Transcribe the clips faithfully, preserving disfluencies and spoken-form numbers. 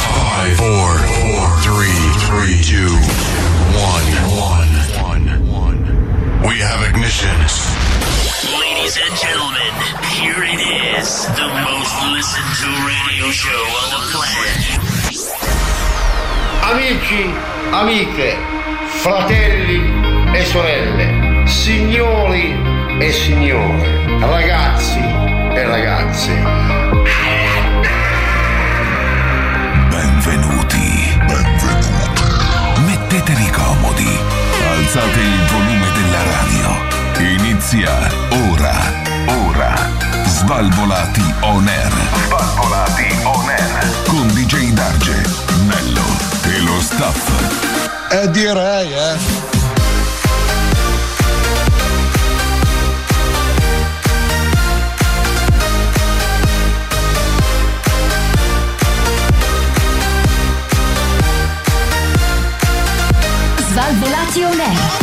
five, four, four, three, three, two, one, one, one. We have ignition. Ladies and gentlemen, here it is, the most listened to radio show on the planet. Amici, amiche, fratelli e sorelle, signori e signore, ragazzi e ragazze. Benvenuti. Benvenuti. Mettetevi comodi. Alzate il volume della radio. Inizia ora. Ora. Svalvolati on air. Svalvolati on air. Con D J Darge, Nello e lo staff. Eh direi, eh. Svalvolati on air.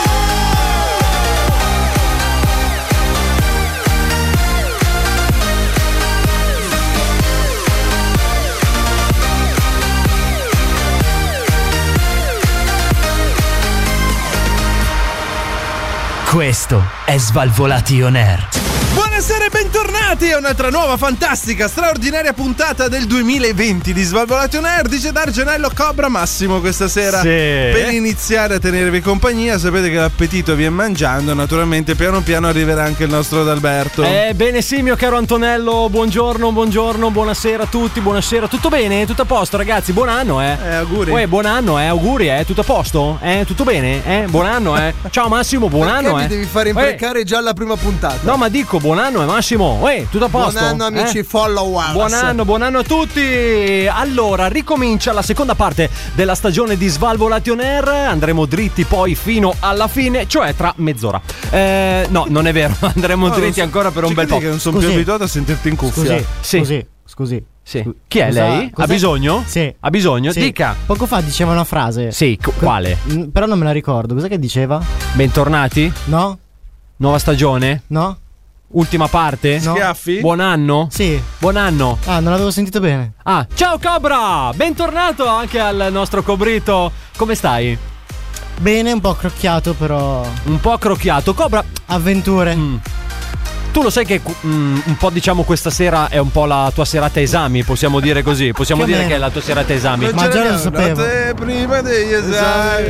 Questo è Svalvolati on air. Buonasera e bentornati a un'altra nuova, fantastica, straordinaria puntata del duemilaventi di Svalvolati on Air. Dice Dargenello Cobra Massimo questa sera, sì, per iniziare a tenervi compagnia. Sapete che l'appetito viene mangiando, naturalmente piano piano arriverà anche il nostro Adalberto. Eh bene sì, mio caro Antonello, buongiorno, buongiorno, buonasera a tutti, buonasera. Tutto bene? Tutto a posto ragazzi? Buon anno eh? Eh auguri. Uè, buon anno eh, auguri eh, tutto a posto? Eh, tutto bene? Eh, buon anno eh. Ciao Massimo, buon Perché anno mi eh. devi fare imprecare Uè. già alla prima puntata? No ma dico buon anno eh Massimo, uè, tutto a posto? Buon anno amici eh? followers. Buon anno, buon anno a tutti. Allora, ricomincia la seconda parte della stagione di Svalvolati on Air. Andremo dritti poi fino alla fine, cioè tra mezz'ora. Eh, no, non è vero, andremo No, dritti so, ancora per un ci bel po'. credi che non sono più Scusi. abituato a sentirti in cuffia. Scusi, Sì. scusi, scusi. Sì. Chi è Cosa- lei? Ha cos'è? bisogno? Sì. Ha bisogno? Sì. Dica. Poco fa diceva una frase. Sì, co- quale? Mm, Però non me la ricordo. Cos'è che diceva? Bentornati? No? Nuova stagione? No? Ultima parte? No. Schiaffi? Buon anno? Sì. Buon anno. Ah, non l'avevo sentito bene. Ah, ciao Cobra! Bentornato anche al nostro Cobrito. Come stai? Bene, un po' crocchiato, però. Un po' crocchiato. Cobra, Avventure. Mm. tu lo sai che mm, un po' diciamo questa sera è un po' la tua serata esami, possiamo dire così? Possiamo Più o dire meno. che è la tua serata esami. Ma già lo sapevo. Notte prima degli esami.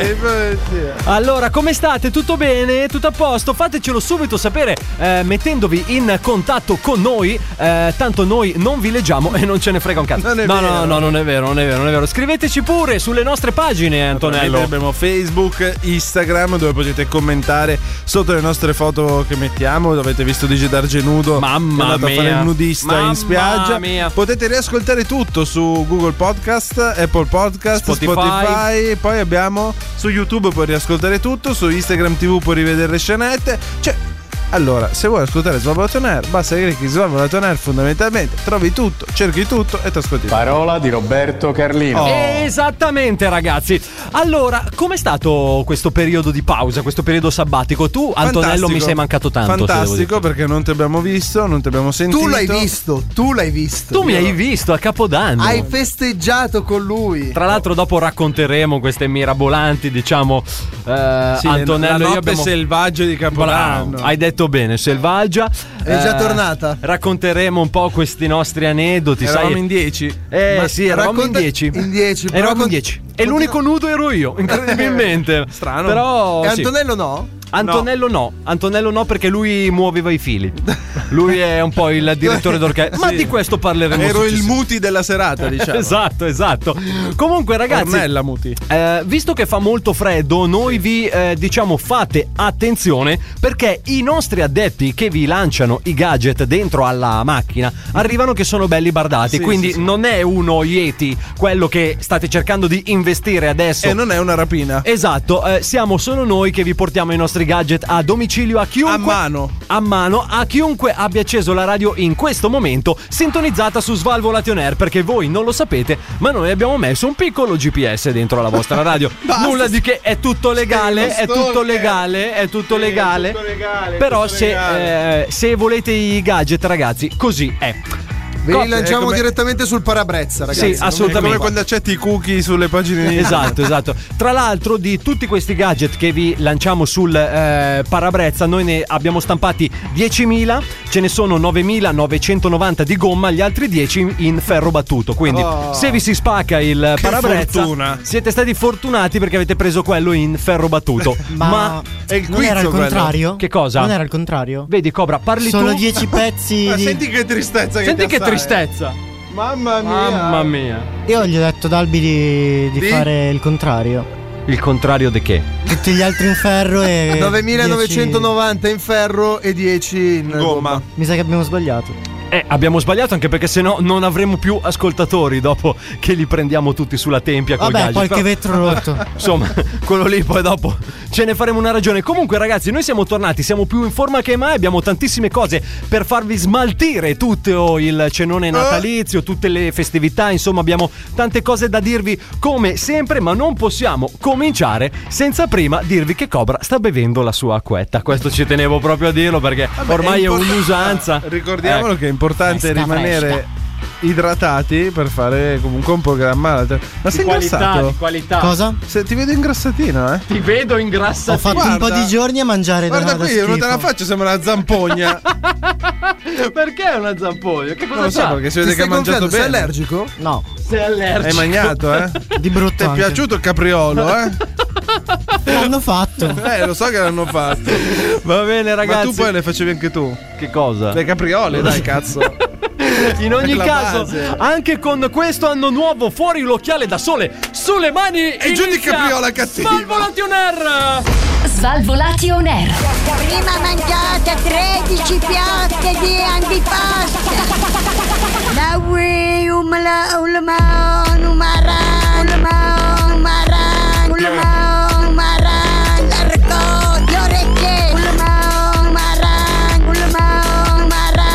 Allora, come state? Tutto bene? Tutto a posto? Fatecelo subito sapere eh, mettendovi in contatto con noi. eh, Tanto noi non vi leggiamo e non ce ne frega un cazzo. Non è no, vero. no, no, non è vero, non è vero, non è vero. Scriveteci pure sulle nostre pagine, Antonello. Abbiamo Facebook, Instagram, dove potete commentare sotto le nostre foto che mettiamo. Avete visto D J Darge nudo, Mamma che è andato mia. a fare il nudista Mamma in spiaggia. mia. Potete riascoltare tutto su Google Podcast, Apple Podcast, Spotify. Spotify. Poi abbiamo su YouTube, puoi riascoltare tutto. Su Instagram T V puoi rivedere le scenette. Cioè, allora, se vuoi ascoltare Svalvolati on Air, basta che clicchi Svalvolati on Air, fondamentalmente trovi tutto, cerchi tutto e ti ascolti. Parola di Roberto Carlino. Oh. Esattamente, ragazzi. Allora, com'è stato questo periodo di pausa, questo periodo sabbatico? Tu, Antonello, Fantastico. mi sei mancato tanto. se devo Fantastico, dire. perché non ti abbiamo visto, non ti abbiamo sentito. Tu l'hai visto, tu l'hai visto. Tu mi hai visto a Capodanno. Hai festeggiato con lui. Tra l'altro dopo racconteremo queste mirabolanti, diciamo, eh, Sì, Antonello la e io notte abbiamo... selvaggio di Capodanno. Bravo, hai detto bene, selvaggia. È già tornata? Racconteremo un po' questi nostri aneddoti, Eravamo sai? in dieci. Eh Ma sì, eravamo racconta- in dieci. in dieci, però Eravamo in con- dieci. E continua- l'unico nudo ero io, incredibilmente. Strano. Però E sì. Antonello no? Antonello no. Antonello no, perché lui muoveva i fili. Lui è un po' il direttore d'orchestra. Ma Sì. di questo parleremo Ero il successivamente. muti della serata, diciamo. Esatto, esatto. Comunque, ragazzi, Ornella muti. eh, visto che fa molto freddo, noi vi eh, diciamo fate attenzione, perché i nostri adepti che vi lanciano i gadget dentro alla macchina arrivano che sono belli bardati. Sì, quindi sì, sì. non è uno Yeti quello che state cercando di investire adesso. E non è una rapina. Esatto, eh, siamo solo noi che vi portiamo i nostri gadget a domicilio, a chiunque A mano. a mano a chiunque abbia acceso la radio in questo momento, sintonizzata su Svalvolati on Air, perché voi non lo sapete, ma noi abbiamo messo un piccolo G P S dentro la vostra radio. Basta. Nulla di che, è tutto legale, Sei è uno tutto stalker. legale, è tutto Sì, legale. è tutto legale, è Però tutto se, legale. eh, se volete i gadget, ragazzi, così è. Ve Co- li lanciamo come- direttamente sul parabrezza, ragazzi. Sì, Non- assolutamente. Come quando accetti i cookie sulle pagine di Esatto, esatto. Tra l'altro, di tutti questi gadget che vi lanciamo sul eh, parabrezza, noi ne abbiamo stampati diecimila, ce ne sono novemilanovecentonovanta di gomma, gli altri dieci in ferro battuto. Quindi, Oh. se vi si spacca il Che parabrezza, fortuna. siete stati fortunati perché avete preso quello in ferro battuto. Ma, Ma è il non quiz era il quello. contrario? che cosa? Non era il contrario? Vedi, Cobra, parli Solo tu. dieci pezzi Ma di... senti che tristezza che Senti ti che assai. tristezza. Mamma mia. Mamma mia. Io gli ho detto ad Albi di, di Di? fare il contrario. Il contrario di che? Tutti gli altri in ferro e novemilanovecentonovanta in ferro e dieci in Gomma. gomma. dieci. Mi sa che abbiamo sbagliato. Eh, abbiamo sbagliato anche perché sennò non avremo più ascoltatori dopo che li prendiamo tutti sulla tempia col Vabbè, gadget. qualche Però, vetro rotto. insomma, quello lì poi dopo ce ne faremo una ragione. Comunque ragazzi, noi siamo tornati, siamo più in forma che mai, abbiamo tantissime cose per farvi smaltire tutto il cenone natalizio, tutte le festività, insomma abbiamo tante cose da dirvi come sempre, ma non possiamo cominciare senza prima dirvi che Cobra sta bevendo la sua acquetta. Questo ci tenevo proprio a dirlo perché ormai è, import- un'usanza. Ricordiamolo Ecco. che è importante Fresca, rimanere fresca. idratati per fare comunque un programma. Ma sei ingrassato? qualità. Cosa? Se, ti vedo ingrassatino, eh? Ti vedo Ho ingrassato. fatto Guarda. un po' di giorni a mangiare da, Guarda da qui, non te schifo. la faccio, sembra una zampogna. Perché è una zampoglia? Che cosa Non lo so, c'ha? perché si Ti vede che stai ha mangiato gonfiando? Sei bene. allergico? No, Sei allergico. Hai mangiato, eh? di brutto Ti è anche. piaciuto il capriolo, eh? L'hanno fatto. Eh, lo so che l'hanno fatto. Va bene, ragazzi. Ma tu poi le facevi anche tu. Che cosa? Le capriole, dai, cazzo. In ogni La caso, base. anche con questo anno nuovo, fuori l'occhiale da sole, sulle mani E giù di inizia capriola cattiva. Svalvolati on air. Svalvolati on air. Prima mangiate tredici piatte di antipasto. La ui umla ulma numara ulma numara ulma numara l'arco le orecchie ulma numara ulma numara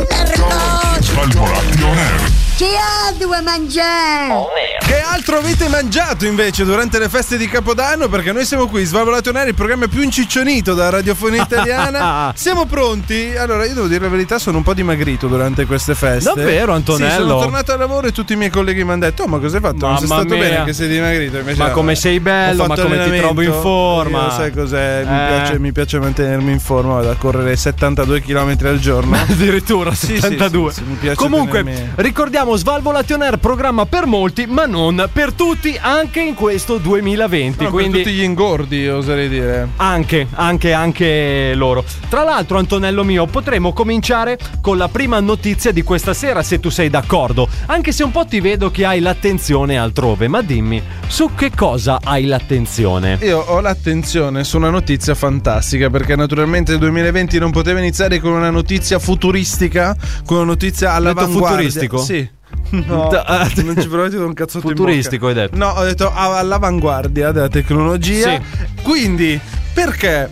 l'arco. Svalvolati on air. Chi ha due mangiare? Che altro avete mangiato invece durante le feste di Capodanno? Perché noi siamo qui, Svalvolato on Air, il programma più inciccionito dalla radiofonia italiana. Siamo pronti? Allora, io devo dire la verità, sono un po' dimagrito durante queste feste. Davvero, Antonello? Sì, sono tornato al lavoro e tutti i miei colleghi mi hanno detto: oh, ma cosa hai fatto? Non sei Mamma stato mia. bene che sei dimagrito? Invece Ma no, come eh. sei bello, Ho ma fatto come ti allenamento. trovo in forma. Io sai cos'è? Mi, Eh. piace, mi piace mantenermi in forma, vado a correre settantadue chilometri al giorno. Addirittura Sì, sì, settantadue. sì, sì, mi piace Comunque, tenermi- ricordiamo Svalvolati on air, programma per molti, ma non per tutti, anche in questo duemilaventi. No, quindi per tutti gli ingordi, oserei dire. Anche, anche, anche loro. Tra l'altro, Antonello mio, potremmo cominciare con la prima notizia di questa sera, se tu sei d'accordo. Anche se un po' ti vedo che hai l'attenzione altrove, ma dimmi, su che cosa hai l'attenzione? Io ho l'attenzione su una notizia fantastica, perché naturalmente il duemilaventi non poteva iniziare con una notizia futuristica, con una notizia Hai detto all'avanguardia. futuristico? Sì. No, non ci provate da un cazzotto Futuristico in bocca. hai detto. No, ho detto ah, all'avanguardia della tecnologia. Sì. Quindi, perché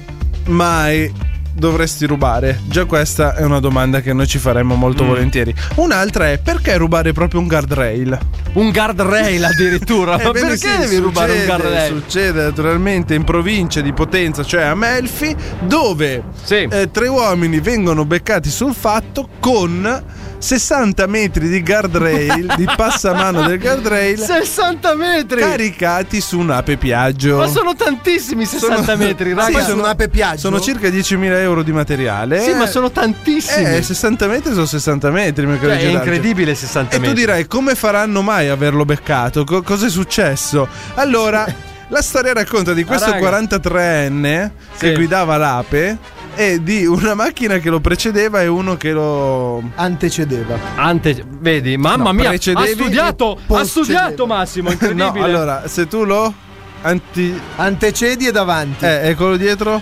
mai dovresti rubare? Già questa è una domanda che noi ci faremmo molto Mm. volentieri. Un'altra è: perché rubare proprio un guardrail? Un guardrail addirittura. Ma Ebbene perché sì, devi rubare un succede- guardrail? Succede naturalmente in provincia di Potenza, cioè a Melfi, dove Sì. eh, tre uomini vengono beccati sul fatto con sessanta metri di guardrail, di passamano del guardrail, sessanta metri! caricati su un'ape Piaggio. Ma sono tantissimi sessanta Sono- metri, Sì, raga. Poi su un'ape Piaggio. Sono circa diecimila euro di materiale. Sì, ma sono tantissimi. Eh, sessanta metri sono sessanta metri, mio caro Cioè, è Gerardo. incredibile sessanta E tu metri. dirai: come faranno mai a averlo beccato? Co- cosa è successo? Allora, la storia racconta di questo Ah, raga. quarantatreenne che Sì. guidava l'ape e di una macchina che lo precedeva e uno che lo Antecedeva. Ante, vedi, mamma No, mia, ha precedevi studiato, e ha poscedevi. studiato Massimo, incredibile. No, allora, se tu lo anti Antecedi e davanti. eh, e quello dietro?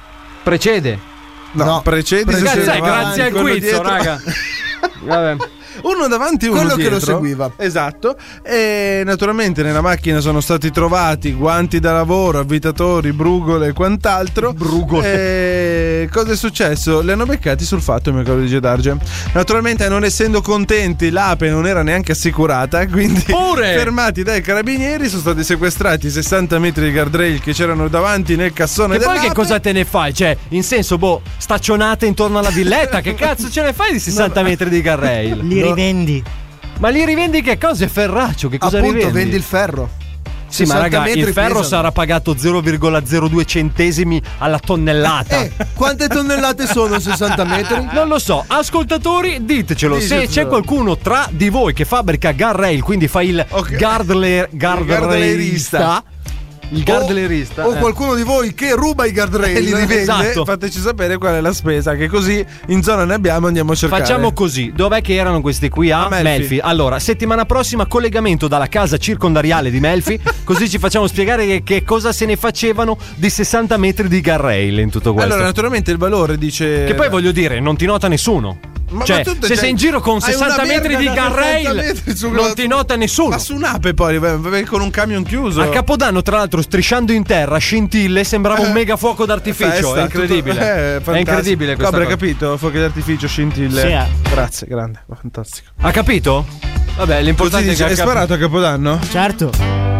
Precede. No, No, precedi Precede se Grazie, sei davanti, grazie al quello quiz, dietro- raga. Vabbè. uno davanti e uno Quello dietro. che lo seguiva. Esatto. E naturalmente nella macchina sono stati trovati guanti da lavoro, avvitatori, brugole e quant'altro. Brugole. E cosa è successo? Li hanno beccati sul fatto, mio caro D J Darge. Naturalmente, non essendo contenti, l'ape non era neanche assicurata, quindi Pure! fermati dai carabinieri, sono stati sequestrati sessanta metri di guardrail che c'erano davanti nel cassone E poi dell'ape. che cosa te ne fai? Cioè, in senso, boh, staccionate intorno alla villetta, che cazzo ce ne fai di sessanta metri di guardrail? Li rivendi. Ma li rivendi che cosa? È ferraccio, che cosa Appunto, rivendi? vendi il ferro. Sì, ma sessanta raga, il metri ferro pesano. sarà pagato zero virgola zero due centesimi alla tonnellata. Eh, quante tonnellate sono sessanta metri? Non lo so, ascoltatori, ditecelo. Ditecelo. Se c'è qualcuno tra di voi che fabbrica guardrail, quindi fa il Ok. guardle- guardrailista. guardrailista, il guardrailista, O eh. qualcuno di voi che ruba i guardrail E li rivende, Esatto. fateci sapere qual è la spesa, che così in zona ne abbiamo, andiamo a cercare. Facciamo così, dov'è che erano questi qui? A A Melfi. Melfi. Allora, settimana prossima collegamento dalla casa circondariale di Melfi, così ci facciamo spiegare che, che cosa se ne facevano di sessanta metri di guardrail in tutto questo. Allora, naturalmente il valore dice. Che poi voglio dire, non ti nota nessuno. Ma- cioè, ma tu te- se sei in giro con hai sessanta una metri verga di da sessanta guardrail, metri su- non ti nota nessuno. Ma su un'ape poi vai- vai con un camion chiuso. A Capodanno, tra l'altro, strisciando in terra, scintille, sembrava un mega fuoco d'artificio. Festa, È incredibile. tutto- eh, è fantastico. incredibile questa Cobra, hai cosa. capito? Fuochi d'artificio, scintille. Sì, eh. Grazie, grande, fantastico. Ha capito? Vabbè, Così l'importante dice, è che hai ha cap- sparato a Capodanno? Certo.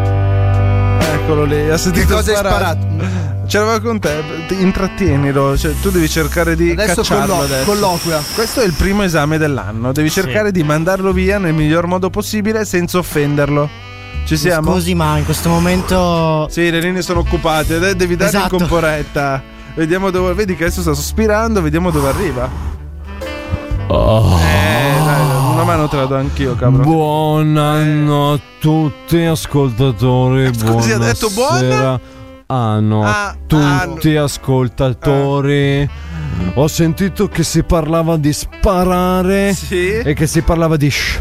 Eccolo lì, ha sentito Che cosa hai sparare. sparato? C'eravamo con te, ti- intrattienilo, cioè tu devi cercare di Adesso cacciarlo collo- adesso. colloquia. Questo è il primo esame dell'anno, devi cercare di mandarlo via nel miglior modo possibile senza offenderlo. Ci siamo? Scusi, ma in questo momento. Sì, le linee sono occupate, de- devi dare Esatto. in comporetta. Vediamo dove. Vedi che adesso sta sospirando, vediamo dove arriva. Oh. Eh, dai, una mano te la do anch'io, cabrone. Buon anno a tutti ascoltatori. Scusi, ha detto buonasera. Anno a Ah, tutti ascoltatori. Ho sentito che si parlava di sparare Sì. e che si parlava di sh-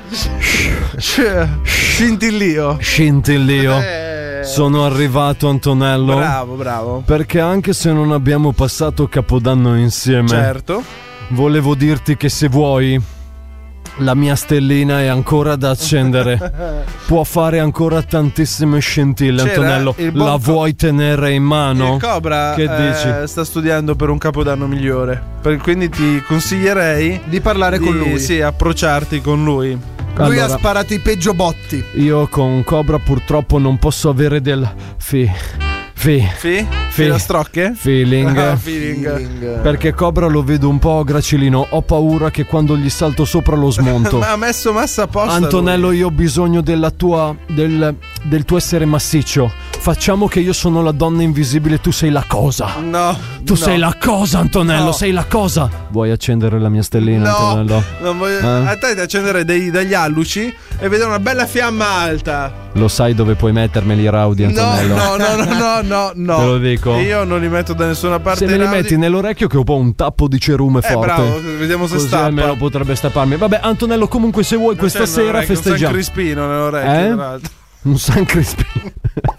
Scintillio. scintillio. Eh. Sono arrivato, Antonello. Bravo, bravo. Perché anche se non abbiamo passato Capodanno insieme, Certo. volevo dirti che se vuoi, la mia stellina è ancora da accendere. Può fare ancora tantissime scintille, C'era Antonello. il buon La co- vuoi tenere in mano? Il Cobra Che eh, dici? sta studiando per un capodanno migliore. Per- quindi ti consiglierei Di parlare di con lui. sì, approcciarti con lui. Lui Allora, ha sparato i peggio botti. io con Cobra purtroppo non posso avere del fi fi Fi? Fi. Filastrocche? feeling. Ah, feeling. Feeling. Perché Cobra lo vedo un po' gracilino. Ho paura che quando gli salto sopra lo smonto. Ma ha messo massa apposta. Antonello, lui. io ho bisogno della tua del, del tuo essere massiccio. Facciamo che io sono la donna invisibile, tu sei la cosa. No. Tu no. sei la cosa, Antonello, No. sei la cosa. Vuoi accendere la mia stellina, No, Antonello? non voglio... Eh? a te ti accenderei dei, degli alluci e vedere una bella fiamma alta. Lo sai dove puoi mettermeli i Raudi, No, Antonello? no, no, no, no, no, no. Te lo dico. Io non li metto da nessuna parte. Se me li Raudi. metti nell'orecchio che ho un po' un tappo di cerume Eh, forte. bravo, vediamo se Così stappa. almeno potrebbe stapparmi. Vabbè, Antonello, comunque se vuoi questa C'è sera nell'orecchio, festeggiamo. Un San Crispino nell'orecchio, Eh? tra l'altro. Un San Crispino.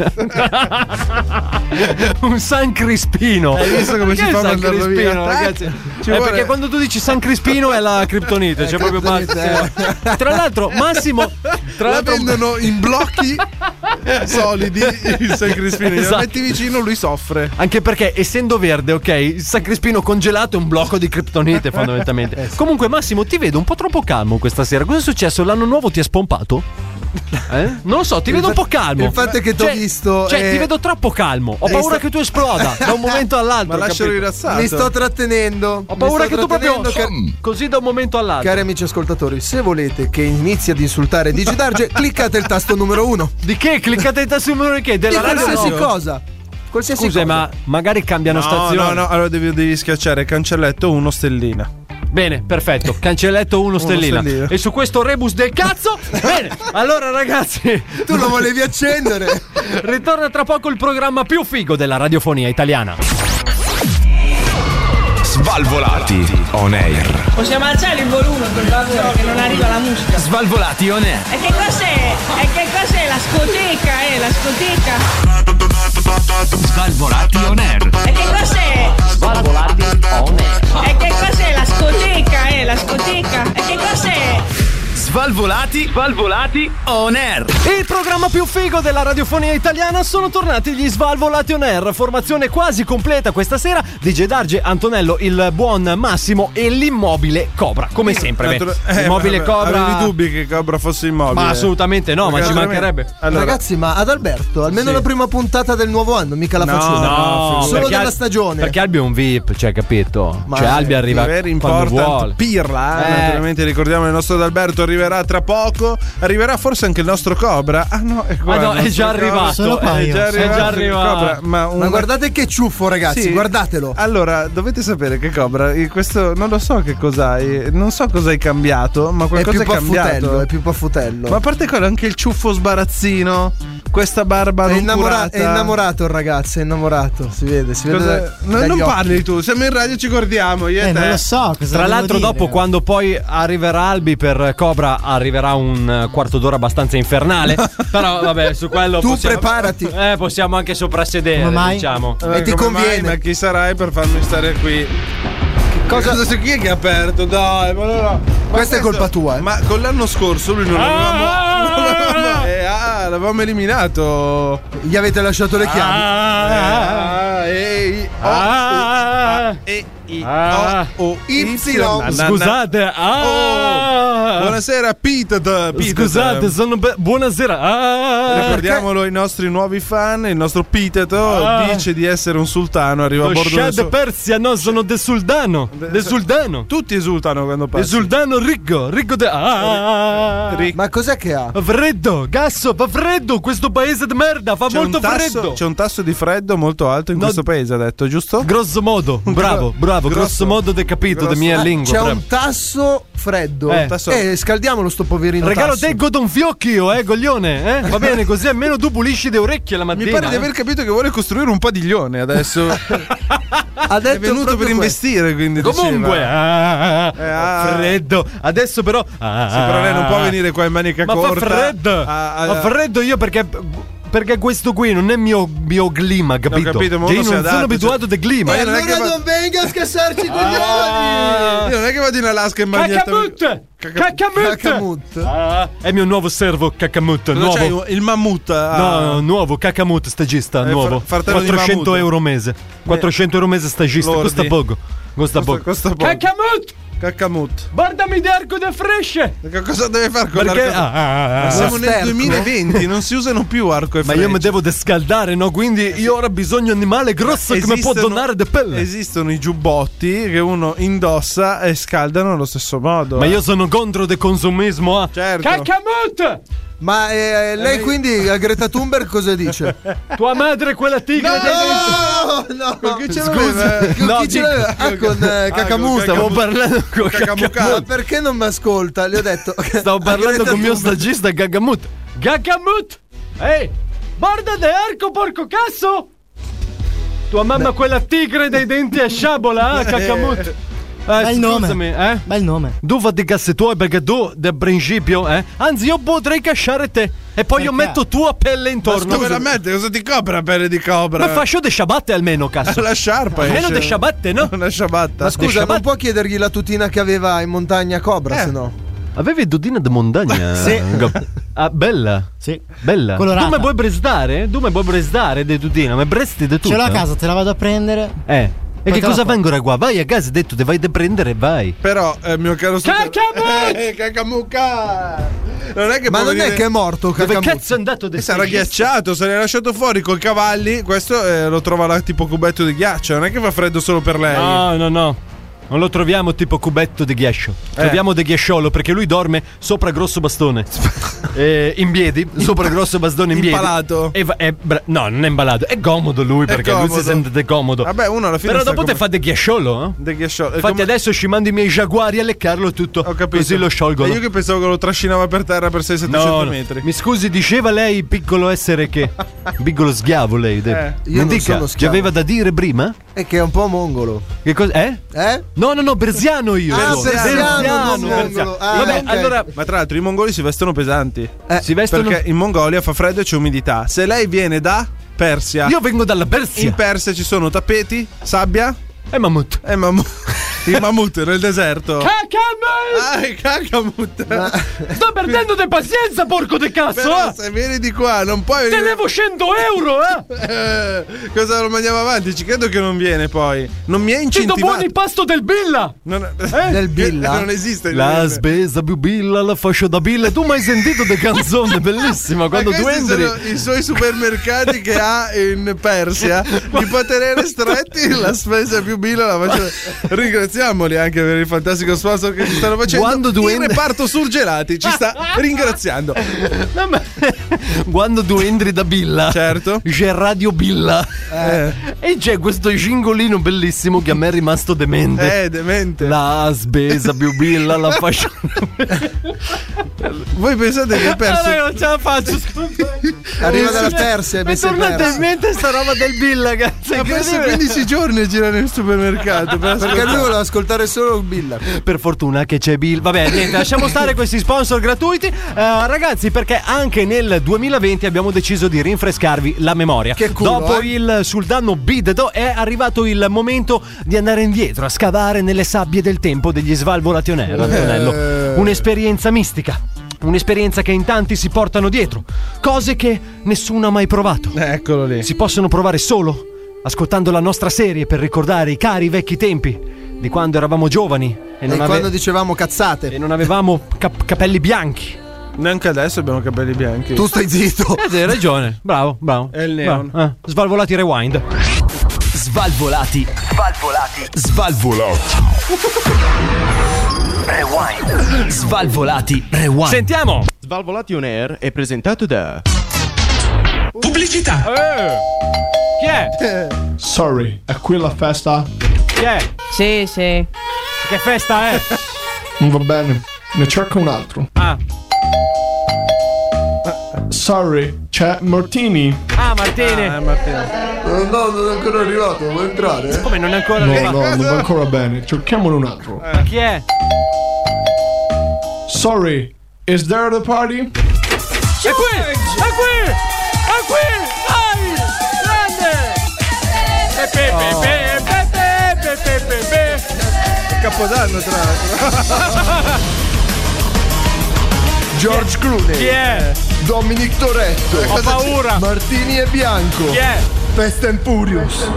Un San Crispino. Hai visto come Perché si fa il a San mandarlo Crispino, via? ragazzi? Ci Eh, vuole- perché quando tu dici San Crispino è la criptonite, c'è proprio criptonite, pazzesco. Tra l'altro, Massimo, tra La l'altro vendono in blocchi solidi il San Crispino. Glielo Esatto. metti vicino, lui soffre. anche perché essendo verde, ok, il San Crispino congelato è un blocco di criptonite fondamentalmente. Comunque Massimo, ti vedo un po' troppo calmo questa sera. Cosa è successo? L'anno nuovo ti ha spompato? Eh? Non lo so, ti Il vedo un fa- po' calmo. il fatto è che t'ho Cioè- visto, Cioè, eh, ti vedo troppo calmo. Ho eh, paura sta- che tu esploda da un momento all'altro. Ma lascialo capito? rilassato. Mi sto trattenendo. Ho paura Mi sto che tu proprio trattenendo, car- così da un momento all'altro. Cari amici ascoltatori, se volete che inizi ad insultare D J Darge, cliccate il tasto numero uno. Di che? Cliccate il tasto numero di che? Di Della radio? qualsiasi No. cosa. Qualsiasi Scusa, cosa. ma magari cambiano No, stazione. no, no, allora devi, devi schiacciare cancelletto uno stellina. Bene, perfetto. Cancelletto uno stellina. stellina. E su questo rebus del cazzo. Bene, allora ragazzi, Tu lo volevi accendere. ritorna tra poco il programma più figo della radiofonia italiana. Svalvolati on air. Possiamo alzare il volume per favore che non arriva la musica. Svalvolati on air. E che cos'è? E che cos'è la scoteca, eh? La scoteca? Svalvolati on air. E che cos'è? Svalvolati on air. E che cos'è la scoteca, eh? La scoteca? E che cos'è? Svalvolati, Svalvolati on air. Il programma più figo della radiofonia italiana, sono tornati gli Svalvolati on air. Formazione quasi completa questa sera: D J Darge, Antonello, il buon Massimo e l'immobile Cobra. Come sempre, beh. Eh, L'immobile vabbè, Cobra. Avevi dubbi che Cobra fosse immobile? Ma assolutamente no, Perché ma ci veramente- mancherebbe. Allora, Ragazzi, ma ad Alberto, almeno Sì. la prima puntata del nuovo anno, mica la No, faccio. No, solo perché della Al- stagione. Perché Albi è un V I P, cioè, capito? Ma cioè, Albi arriva very quando important vuole. Pirla, eh. Eh. Naturalmente ricordiamo il nostro Adalberto arriverà tra poco. Arriverà forse anche il nostro Cobra. Ah no, è qua. Ah, no, il è nostro già Cobra. arrivato. Sono qua È io. già È arrivato. già il arrivato. Cobra, ma, un- Ma guardate che ciuffo, ragazzi, Sì. guardatelo. Allora, dovete sapere che Cobra, eh, questo non lo so che cos'hai, non so cosa hai cambiato, ma È qualcosa più è, cambiato. paffutello, è più paffutello. Ma a parte quello, anche il ciuffo sbarazzino, questa barba È, non innamora- curata. è innamorato il ragazzo, è innamorato, si vede, si Cosa- vede. No, dagli non occhi. parli tu, siamo in radio, ci guardiamo io e Eh, te. non lo so cosa Tra devo l'altro, dire. dopo, quando poi arriverà Albi per Cobra, arriverà un eh, quarto d'ora abbastanza infernale. Però, vabbè, su quello Tu possiamo, preparati. Eh, possiamo anche soprassedere, Come mai? diciamo. Eh, E ti come conviene. mai? Ma chi sarai per farmi stare qui? Cosa, cosa chi è che ha aperto? Dai, ma no, no. Ma Questa è colpa tua, eh. Ma con l'anno scorso lui non l'avevamo. non l'avevamo- eh, ah, l'avevamo eliminato. Gli avete lasciato le chiavi. Ah, ehi, oh, Ah. oh, e i Ah. o o Y. Scusate, ah. Oh, buonasera Peter, Peter. Scusate, sono be- buonasera. Ah. Ricordiamolo ai nostri nuovi fan, il nostro Piteto Ah. dice di essere un sultano, arriva a Lo bordo Shah del de suo... Persia, no, sono de Suldano. De Suldano. Tutti esultano quando De passi. Suldano Riggo, Riggo de ah. Ric- Ma cos'è che ha? Fa freddo, Gasso, fa freddo, questo paese di merda, fa C'è molto un, tasso, freddo. c'è un tasso di freddo molto alto in No. questo paese, ha detto, giusto? Grosso modo, bravo, bravo, Grosso. grosso modo de capito, Grosso. de mia Ah, lingua. c'è bravo. un tasso freddo. Eh. Tasso- Eh, scaldiamolo sto poverino. Regalo tasso. te Godon Fiocchio, eh, goglione, eh? Va bene, così almeno tu pulisci le orecchie la mattina. Mi pare di eh. aver capito che vuole costruire un padiglione adesso. Ha detto È venuto proprio per questo. investire, quindi Comunque, diceva. ah, Eh, ah. freddo. Adesso però ah, Sì, però lei non può venire qua in manica ma corta. fa freddo. Ah, ah, Fa freddo io perché perché questo qui non è mio mio clima, capito? capito, ma Cioè, uno io si non adatta, sono abituato cioè- al clima. Ma E io non è allora che va- non venga a scassarci i coglioni. Ah. Io non è che vado in Alaska in bagnetta. Cacamut! Cacamut! Cacamut. Ah, è il mio nuovo servo Cacamut, Cosa nuovo. c'hai? Il mammut. ah. No, no, nuovo Cacamut stagista, Eh, nuovo. fr- fratello di quattrocento Mahmood. euro mese. quattrocento euro mese stagista, Lordi. costa poco. Costa Costa- poco. costa poco. Cacamut! Cacamut. Guardami d'arco de fresce! Che cosa deve fare con Perché? l'arco? Ah, ah, ah, Ma siamo Lo nel sterco? duemilaventi, non si usano più arco e Ma frecce. io mi devo descaldare, no? Quindi io ora ho bisogno di un animale grosso che mi può Esistono- donare de pelle. Esistono i giubbotti che uno indossa e scaldano allo stesso modo. Ma eh. io sono contro del consumismo, ah. Certo. Cacamut! Ma eh, lei quindi a Greta Thunberg cosa dice? Tua madre è quella tigre dei denti. No, no. Con chi ce Scusa, l'aveva? con No, chi ce dico- l'aveva? Ah, con eh, Ah, Cacamut. con Stavo parlando con Cacamucca. Ma perché non mi ascolta? Le ho detto. Stavo parlando Greta con mio Thunberg. stagista Gagamut. Gagamut! Ehi! Guarda de arco, porco cazzo! Tua mamma quella tigre dei denti a sciabola, eh, Gagamut! Eh, Bel nome. scusami, eh? Bel nome. Tu fatti i cazzi tuoi perché tu, da principio, eh? Anzi, io potrei casciare te. E poi io Perché? metto tua pelle intorno. Dove la mette? Cosa ti copre la pelle di cobra? Ma faccio de sciabatte almeno, cazzo. La sciarpa Almeno esce. de sciabatte, no? Una sciabatta. Ma scusa, non Sciabat- può chiedergli la tutina che aveva in montagna Cobra, Eh. se no. Avevi dudina di montagna? Sì. Ah, bella. Sì. Bella. Colorata. Tu mi puoi prestare? Tu mi puoi prestare di tutina? Mi presti di tutto? Ce l'ho a casa, te la vado a prendere. Eh. E Poi che te la cosa porto. vengono qua? Vai a casa, hai detto, te vai a prendere e vai. Però, eh, mio caro Cacamut! Eh, Cacamucca! Non è che Ma può non venire- è che è morto Dove Cacamut. cazzo è andato de E sarà ghiacciato, se l'hai lasciato fuori coi cavalli. Questo eh, lo trova là tipo cubetto di ghiaccio. Non è che fa freddo solo per lei. No, no, no. Non lo troviamo tipo cubetto di ghiaccio. Eh. Troviamo de ghiacciolo perché lui dorme sopra grosso bastone. Eh, in piedi, sopra grosso bastone in piedi. Impalato. E va- è bra- no, non è imbalato. È comodo lui perché lui comodo. si sente comodo. Vabbè, uno alla fine Però sta dopo te come- fa de ghiacciolo, eh? De ghiacciolo. E Infatti come- adesso ci mando i miei giaguari a leccarlo tutto. Ho capito. Così lo sciolgono. E io che pensavo che lo trascinava per terra per sei settecento No, no. metri. Mi scusi, diceva lei piccolo essere che? Piccolo schiavo lei. de- Eh, io Mi non dica, sono ci schiavo. aveva da dire prima? È che è un po' mongolo. Che cosa? Eh? Eh? No, no, no, berziano io. Ah, sono. berziano, non mongolo. Ah, Vabbè, ok. allora Ma tra l'altro i mongoli si vestono pesanti. Eh, si vestono. Perché in Mongolia fa freddo e c'è umidità. Se lei viene da Persia, Io vengo dalla Persia. in Persia ci sono tappeti, sabbia E mammut. e mammut. Il mammut nel deserto. Cacamut! Ah, il cacamut. Ma... Sto perdendo di pazienza, porco de cazzo! Però eh. se vieni di qua non puoi Te venire... levo cento euro, eh! eh cosa lo mandiamo avanti? Ci credo che non viene poi. Non mi è Ti incentivato. do buoni pasto del Billa! Non... Eh? Del Billa? Non esiste. La spesa più Billa, la fascia da Billa. Tu mai hai sentito de canzone bellissima quando Ma tu questi entri? sono i suoi supermercati che ha in Persia. Li può tenere stretti. La spesa più Billa la faccio. Ringraziamoli anche per il fantastico sponsor che ci stanno facendo. Quando tu il entri... reparto surgelati ci sta ringraziando. No, ma... Quando tu entri da Billa, certo, c'è Radio Billa eh. e c'è questo cingolino bellissimo che a me è rimasto demente. Eh, demente. La spesa più Billa, la fascia. Voi pensate che hai perso? Ah, non ce la faccio. Arriva dalla Persia. Mi è tornata in mente sta roba del Billa, cazzo. Ha perso quindici giorni a girare nel supermercato. Per perché lui voleva ascoltare solo Billa. Per fortuna che c'è Bill. Vabbè, niente, lasciamo stare questi sponsor gratuiti. Uh, ragazzi, perché anche nel duemilaventi abbiamo deciso di rinfrescarvi la memoria. Che culo, Dopo eh? il Sultano Bidedo è arrivato il momento di andare indietro a scavare nelle sabbie del tempo degli Svalvolati on Air, Antonello. Eh. Un'esperienza mistica. Un'esperienza che in tanti si portano dietro. Cose che nessuno ha mai provato. Eccolo lì. Si possono provare solo ascoltando la nostra serie per ricordare i cari vecchi tempi di quando eravamo giovani e, E non quando ave- dicevamo cazzate. e non avevamo cap- capelli bianchi. Neanche adesso abbiamo capelli bianchi. Tu stai zitto. Eh, hai ragione. Bravo, bravo. È il neon. Bravo. Eh, Svalvolati rewind. Svalvolati. Svalvolati. Svalvolati. Rewind. Svalvolati. Rewind. Sentiamo. Svalvolati on Air è presentato da Pubblicità. Eh. Chi è? Sorry, è qui la festa? Chi è? Sì, sì. Che festa è? Va bene, ne cerco un altro. Ah. Sorry, c'è Martini. Ah, Martini. Ah, Martini. No, no, non è ancora arrivato, vuoi entrare? Come non è ancora No, arrivato? no, non va ancora bene. Cerchiamone un altro. Eh. Chi è? Sorry, is there the party? È qui! È qui! È qui! Dai! Grande! Pepe, pepe, pepe, pepe, pepe. Capodanno tra l'altro. George Clooney. Chi è? Dominic Toretto. Ho paura. Martini e Bianco. Chi è? Fast and Furious.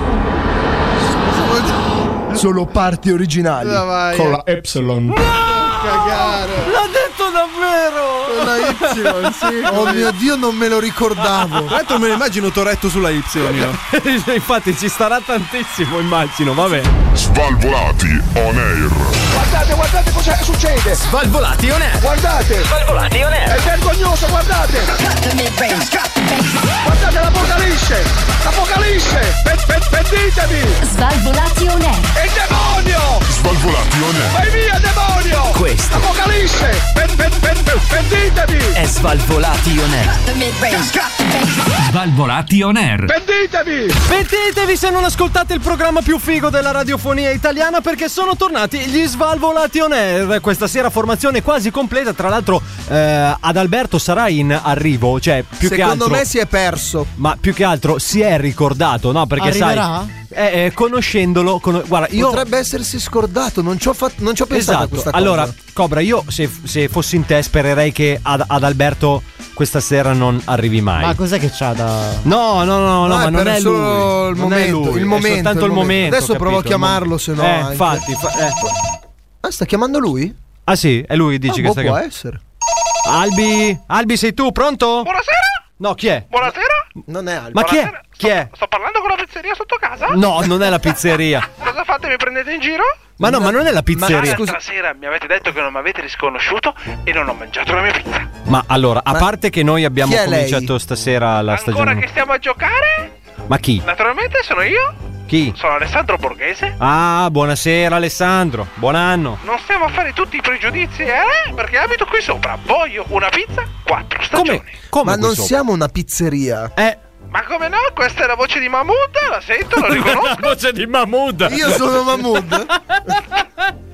Solo parti originali. Vai. Con la Epsilon. Cagare. L'ha detto davvero! Con la Y, sì. Oh mio Dio, non me lo ricordavo. Tra l'altro me lo immagino Toretto sulla Y. Io. Infatti ci starà tantissimo, immagino, vabbè. Svalvolati on air. Guardate, guardate cosa succede. Svalvolati on Air. Guardate. Svalvolati on Air. È vergognoso, guardate. Guardate l'apocalisse. L'apocalisse. Pe- pe- Pentitevi. Svalvolati on Air. È il demonio. Svalvolati on air. Vai via, demonio. Questo Apocalisse. Pe- pe- pe- pe- Pentitevi. è Svalvolati on Air. Svalvolati on Air. Pentitevi. Pentitevi se non ascoltate il programma più figo della radiofonia italiana, perché sono tornati gli Svalvolati on Air. Questa sera formazione quasi completa. Tra l'altro eh, Adalberto sarà in arrivo. Cioè più Secondo che altro me si è perso. Ma più che altro si è ricordato, no? Perché Arriverà? sai eh, eh, conoscendolo con- guarda io Potrebbe essersi scordato. Non ci ho, fatto, non ci ho pensato a esatto. questa cosa. Allora Cobra, io se, se fossi in te spererei che ad, Adalberto questa sera non arrivi mai. Ma cos'è che c'ha da. No, no, no, no, No, ma è non per è solo lui. il Non è momento, lui, il è momento, soltanto il il momento. momento. Adesso provo a capito? chiamarlo, se no Eh, anche. infatti. fa- eh. Ah, sta chiamando lui? Ah sì, è lui, dici Ah, che boh, sta può chiamando. essere. Albi, Albi sei tu, pronto? Buonasera? No, chi è? Buonasera? Non è Albi. Ma chi è? Buonasera. Chi è? Sto parlando con la pizzeria sotto casa? No, non è la pizzeria. Cosa fate? Mi prendete in giro? Ma no, ma non è la pizzeria. L'altra sera mi avete detto che non mi avete risconosciuto e non ho mangiato la mia pizza. Ma allora, a Ma parte che noi abbiamo chi è lei? cominciato stasera la Ancora stagione. che stiamo a giocare? Ma chi? Naturalmente sono io. Chi? Sono Alessandro Borghese. Ah, buonasera Alessandro. Buon anno. Non stiamo a fare tutti i pregiudizi, eh? Perché abito qui sopra. Voglio una pizza, quattro stagioni. Come? Come Ma qui non sopra? siamo una pizzeria. Eh, Ma come no? Questa è la voce di Mahmood, la sento, la riconosco. voce di Mahmood. Io sono Mahmood.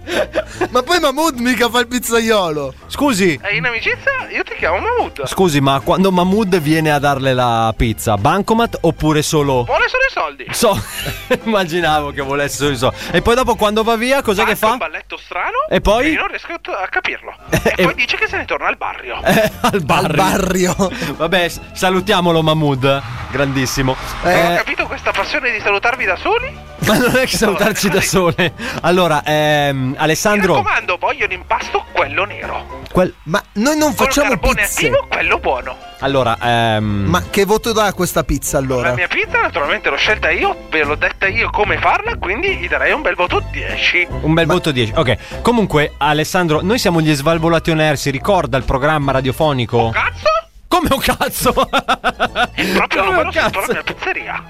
Ma poi Mahmood mica fa il pizzaiolo. Scusi. E in amicizia io ti chiamo Mahmood. Scusi, ma quando Mahmood viene a darle la pizza, bancomat oppure solo... Vuole solo i soldi. So, immaginavo che volesse solo i soldi. E poi dopo quando va via, cos'è Fa che fa? un balletto strano. E poi? E io non riesco a capirlo. E poi dice che se ne torna al barrio. Eh, al barrio. Al barrio. Vabbè, s- salutiamolo Mahmood. Grandissimo. Eh, ho Eh, capito questa passione di salutarvi da soli? ma non è che salutarci da sole. Allora, ehm, Mi Alessandro. raccomando, voglio l'impasto quello nero. Quel... Ma noi non Col facciamo carbone pizze. attivo, quello buono. Allora, ehm... Ma che voto dà questa pizza allora? La mia pizza naturalmente l'ho scelta io, ve l'ho detta io come farla, quindi gli darei un bel voto dieci. un bel voto dieci. Ok. Comunque, Alessandro, noi siamo gli Svalvolati On Air. Si ricorda il programma radiofonico? Cazzo? Come un cazzo? È proprio Come numero un sotto cazzo? la mia pizzeria.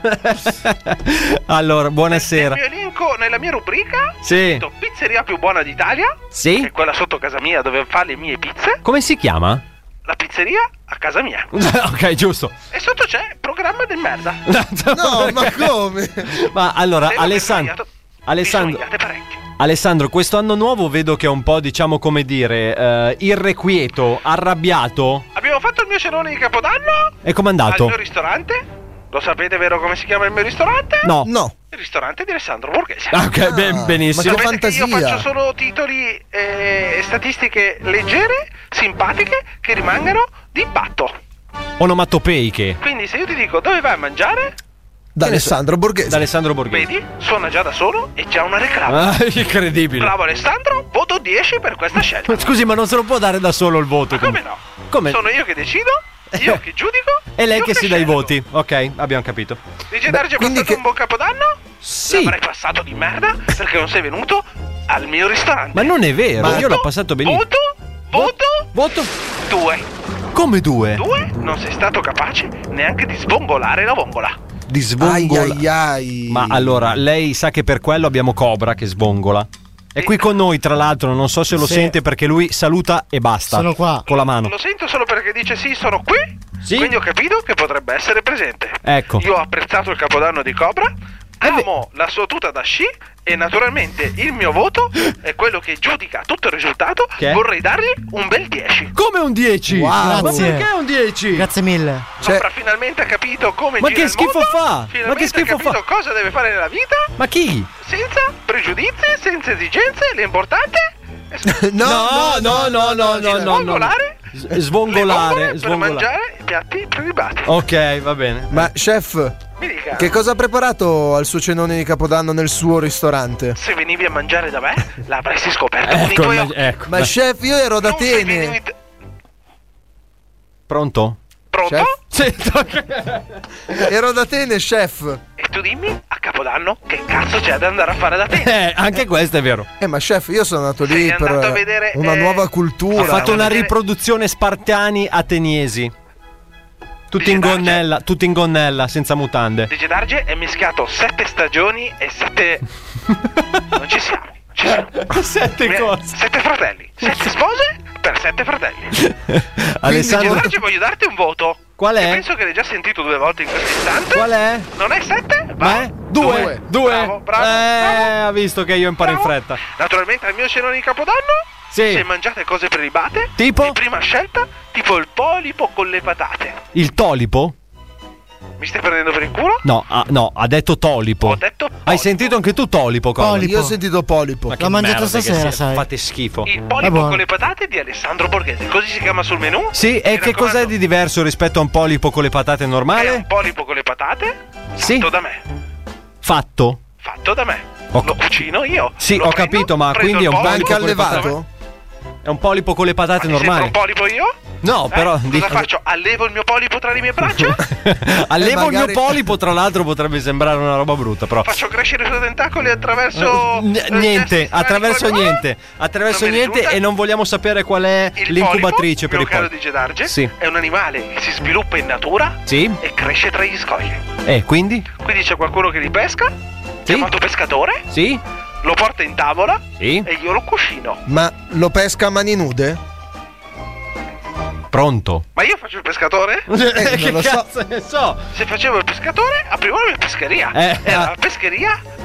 Allora, buonasera. Nel mio elenco, nella mia rubrica, Sì. ho scritto pizzeria più buona d'Italia. Sì? Che è quella sotto casa mia dove fa le mie pizze. Come si chiama? La pizzeria a casa mia. Ok, giusto. E sotto c'è programma del merda. No, ma come? Ma allora, Devo Alessandro. aver sbagliato. Alessandro. Mi sono sbagliate parecchio. Alessandro, questo anno nuovo vedo che è un po', diciamo, come dire, eh, irrequieto, arrabbiato. Abbiamo fatto il mio cenone di Capodanno. E com'è andato? Al mio ristorante. Lo sapete vero come si chiama il mio ristorante? No. No. Il ristorante di Alessandro Borghese. Ah, ok, ben- benissimo. Ma che Sapete che io fantasia. faccio solo titoli eh, e statistiche leggere, simpatiche, che rimangano di impatto. Onomatopeiche. Quindi se io ti dico dove vai a mangiare, Da Alessandro Borghese. Da Alessandro Borghese. vedi, suona già da solo e già una reclama. Ah, incredibile. Bravo Alessandro, voto dieci per questa scelta. Ma scusi, ma non se lo può dare da solo il voto? Ma come no? Come? Sono io che decido, io che giudico E lei io che si dà i scelgo. voti. Ok, abbiamo capito. Dice Darge, è quindi passato che- un buon capodanno? Sì. L'avrai passato di merda perché non sei venuto al mio ristorante. Ma non è vero, Voto, io l'ho passato benissimo. Voto, voto, Voto due. come due? Due, non sei stato capace neanche di svongolare la vongola. Di Ai svongola. ai ai. Ma allora, lei sa che per quello abbiamo Cobra che svongola. È qui con noi, tra l'altro, non so se lo Sì. sente perché lui saluta e basta. Sono qua. Con la mano. Lo sento solo perché dice sì, sono qui. Sì. Quindi ho capito che potrebbe essere presente. Ecco. Io ho apprezzato il capodanno di Cobra. Eh beh. Amo la sua tuta da sci. E naturalmente il mio voto è quello che giudica tutto il risultato. Che è? Vorrei dargli un bel dieci. Come un dieci? Wow. Ma Grazie. perché un dieci? Grazie mille. Cioè- Cobra finalmente ha capito come Ma gira che il schifo mondo, fa? Ma Finalmente che schifo ha capito fa? cosa deve fare nella vita. Ma chi? Senza pregiudizi, senza esigenze. L'importante è No, no, no, no, no, no, no. svongolare S- le Svongolare, vongole per svongolare. mangiare i piatti prelibati. Ok, va bene. Ma chef, Mi dica, che cosa ha preparato al suo cenone di Capodanno nel suo ristorante? se venivi a mangiare da me, l'avresti scoperto con i Ecco, tuoi ma- occhi. ecco. Ma chef, io ero ad Non sei Atene. venuto- Pronto? Pronto? Chef? Sì. Ero ad Atene, chef. E tu dimmi, a Capodanno, che cazzo c'è da andare a fare da te? Eh, anche questo è vero. Eh, ma chef, io sono andato Sei lì per andato a vedere, una eh, nuova cultura. Ha fatto una vedere- riproduzione Spartani ateniesi. Tutti in Dice gonnella, tutti in gonnella, senza mutande. Dice Darge è mischiato sette stagioni e sette... non ci siamo, non ci siamo. Sette Mi- cose. Sette fratelli, sette spose per sette fratelli. Dice Alessandro, Darge voglio darti un voto. Qual è? E penso che l'hai già sentito due volte in questo istante. qual è? Non è sette? Ma Va? è? Due. Due. Bravo, bravo, eh, bravo. ha visto che io imparo in Bravo. fretta. Naturalmente al mio cenone di Capodanno, Sì. se mangiate cose prelibate, Tipo? di prima scelta, tipo il polipo con le patate. Il tolipo? Mi stai prendendo per il culo? No, ah, no, ha detto tolipo. Ho detto polipo. Hai sentito anche tu tolipo? Cosa? Polipo. Io ho sentito polipo. Ma che L'ho mangiato merda che stasera, siete, sai. Fate schifo. Il È polipo buono. con le patate di Alessandro Borghese. Così si chiama sul menù. Sì, e Mi che cos'è raccomando, di diverso rispetto a un polipo con le patate È normale? un polipo con le patate Sì. fatto da me. Fatto? Fatto da me. Ho- Lo cucino io. Sì, Lo ho prendo, capito, ma prendo quindi è il un polipo Anche polipo con le patate. allevato? È un polipo con le patate Ma ti sembra normali. un polipo io? No, Eh? però Cosa di- faccio? Allevo il mio polipo tra le mie braccia? Allevo Eh, il mio magari- polipo, tra l'altro potrebbe sembrare una roba brutta, però. Faccio crescere i suoi tentacoli attraverso... N- eh, niente, gesti strani attraverso con- niente, attraverso Non mi niente risulta. e non vogliamo sapere qual è Il l'incubatrice polipo, per mio i caro polipi. Dice Darge, Sì. è un animale che si sviluppa in natura Sì? e cresce tra gli scogli. Eh, quindi? Quindi c'è qualcuno che li pesca, chiamato pescatore, Sì? lo porta in tavola Sì? e io lo cuscino. Ma lo pesca a mani nude? Pronto? Ma io faccio il pescatore? Eh, che non lo so. cazzo ne so? Se facevo il pescatore, aprivo la mia pescheria. Eh, e ah. alla pescheria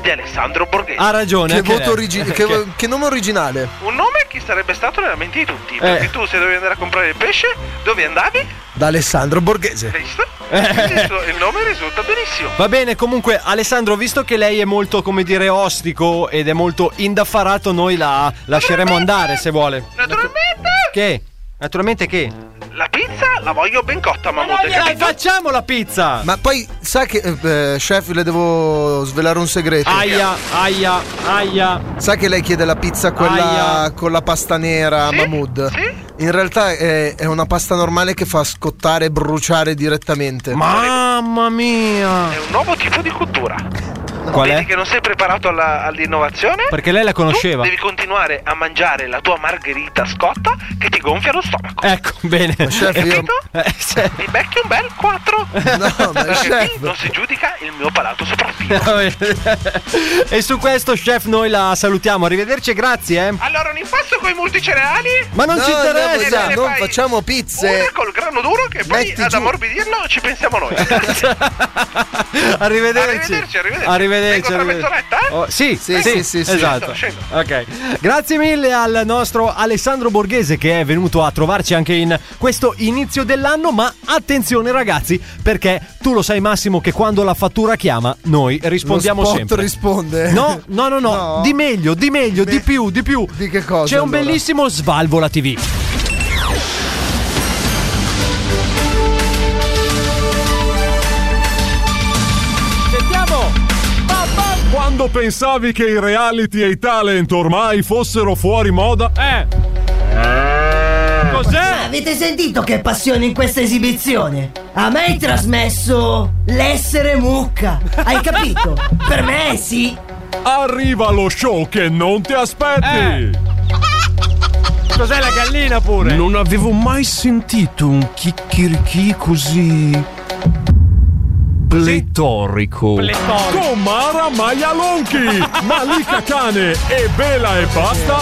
di Alessandro Borghese. Ha ragione. Che anche voto lei. origi- che, Che- che nome originale. Un nome che sarebbe stato nella mente di tutti. Perché Eh. tu, se dovevi andare a comprare il pesce, dove andavi? Da Alessandro Borghese. Hai visto? Il nome risulta benissimo. Va bene, comunque Alessandro, visto che lei è molto, come dire, ostico ed è molto indaffarato, noi la lasceremo andare se vuole. Naturalmente! Che? Naturalmente che? La pizza la voglio ben cotta, Mahmood, hai Dai, capito? facciamo la pizza! Ma poi sa che eh, chef, le devo svelare un segreto. Aia, aia, aia. Sa che lei chiede la pizza quella Aia. con la pasta nera, Sì? Mahmood? Sì? In realtà è, è una pasta normale che fa scottare e bruciare direttamente. Mamma mia! È un nuovo tipo di cottura. Qual Vedi è? che non sei preparato alla- all'innovazione? Perché lei la conosceva. Tu devi continuare a mangiare la tua margherita scotta che ti gonfia lo stomaco. Ecco, bene. Chef, io... Capito? Eh, se- Mi becchi un bel quattro. No, ma Perché chef. qui non si giudica il mio palato sopraffino. E su questo, chef, noi la salutiamo. Arrivederci e grazie, eh. Allora un impasto con i multicereali? Ma non No, ci no, interessa. no, non facciamo pizze. Una col grano duro che poi Metti ad giù. ammorbidirlo ci pensiamo noi. Arrivederci. Arrivederci, arrivederci. Arrivederci. Vengo tra arrivederci. mezz'oretta, eh? Oh, sì, Sì, sì, sì, sì. esatto. Scendo, Ok. Grazie mille al nostro Alessandro Borghese che è venuto a trovarci anche in questo inizio dell'anno. Ma attenzione, ragazzi, perché tu lo sai, Massimo, che quando la fattura chiama, noi rispondiamo Lo spot sempre. risponde. No, no, no, no, No. di meglio, di meglio, di più, di più. Di che cosa, C'è un allora? bellissimo Svalvola tivù. Sentiamo! Quando pensavi che i reality e i talent ormai fossero fuori moda? Eh! Cos'è? Avete sentito che passione in questa esibizione? A me hai trasmesso l'essere mucca. Hai capito? Per me sì. Arriva lo show che non ti aspetti! Eh. Cos'è la gallina pure? Non avevo mai sentito un chicchirichì così pletorico. Pletorico. Con Mara Maialonchi, Malika Cane e Bela e Basta.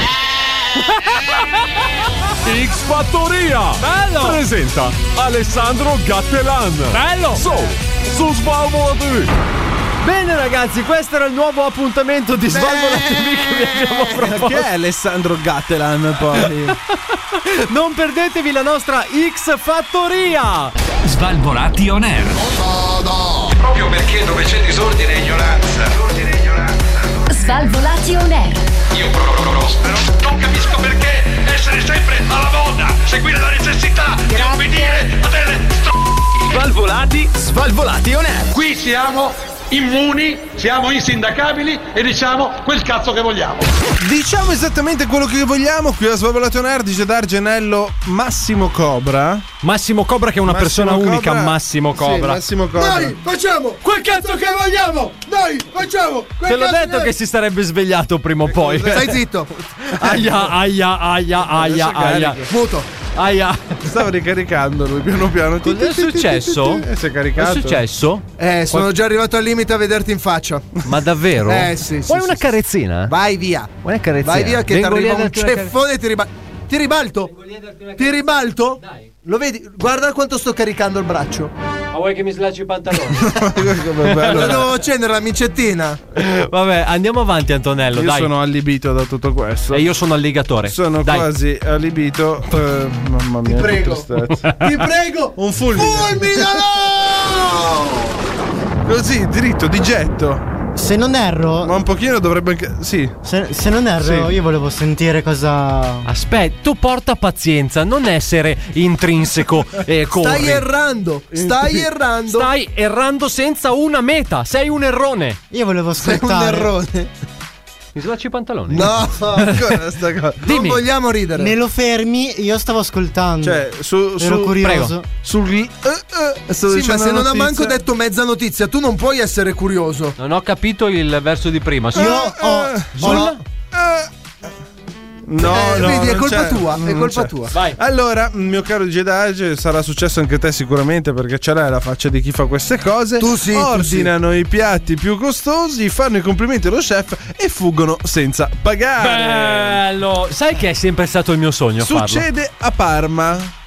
X Fattoria Bello. presenta Alessandro Gattelan. Bello. So, su Svalvola tivù. Bene, ragazzi, questo era il nuovo appuntamento di Svalvola tivù che vi abbiamo proposto. Che è Alessandro Gattelan poi? Non perdetevi la nostra X Fattoria. Svalvolati on air. Proprio perché dove c'è disordine e ignoranza. Svalvolati on air. Io proprio prospero. Non capisco perché essere sempre alla moda, seguire la necessità di obbedire a delle str- Svalvolati, svalvolati on air. Qui siamo immuni, siamo insindacabili e diciamo quel cazzo che vogliamo. Diciamo esattamente quello che vogliamo. Qui a Svalvolato Nerd dice D'Argenello Massimo Cobra. Massimo Cobra, che è una Massimo persona unica. Cobra. Massimo Cobra. Sì, Massimo Cobra. Noi facciamo quel cazzo che vogliamo! Noi facciamo quel Te l'ho cazzo detto che si sarebbe svegliato prima o poi. Stai zitto. Aia, aia, aia, aia, Adesso aia. carichi. Muto. Aia. Stavo ricaricando lui piano piano. Cos'è successo? Eh, si è È caricato. successo? Eh, sono già arrivato al limite a vederti in faccia. Ma davvero? Eh, sì, sì, Vuoi sì, una sì. carezzina? Vai via. Vuoi una carezzina? Vai via che ti Vengo lì arriva a un darti una care- ceffone e ti ribalto. Ti ribalto? Ti ribalto? Dai. Lo vedi? Guarda quanto sto caricando il braccio. Ma vuoi che mi slacci i pantaloni? Lo devo accendere la micettina. Vabbè, andiamo avanti, Antonello. Io dai. sono allibito da tutto questo. E io sono alligatore. Sono Dai. quasi allibito. Eh, mamma mia, Ti prego. che tristezza. Ti prego. Un fulmine. Fulminalo! Così, dritto, di getto. Se non erro, Ma un pochino dovrebbe anche. Sì. se, se non erro, Sì. io volevo sentire cosa. Aspetta, tu porta pazienza, non essere intrinseco e corri. Stai errando. Stai errando. Stai errando senza una meta. Sei un errone. Io volevo Sei un ascoltare. errone. Mi slacci i pantaloni? No, ancora sta cosa. Dimmi. Non vogliamo ridere. Me lo fermi, io stavo ascoltando. Cioè, su. Ero su curioso. Sul. Eh, eh, stavo Sì, ma dicendo se non una ha manco notizia. detto mezza notizia, tu non puoi essere curioso. Non ho capito il verso di prima. Sul- Io ho. sul- ho- No, Eh, no, vedi, è non colpa c'è. tua, è Non colpa c'è. tua. Vai. Allora, mio caro Gedage, sarà successo anche a te sicuramente, perché ce l'hai la faccia di chi fa queste cose. Tu sì, tu Ordinano i piatti più costosi, fanno i complimenti allo chef e fuggono senza pagare. Bello. Sai che è sempre stato il mio sogno farlo. Succede a Parma.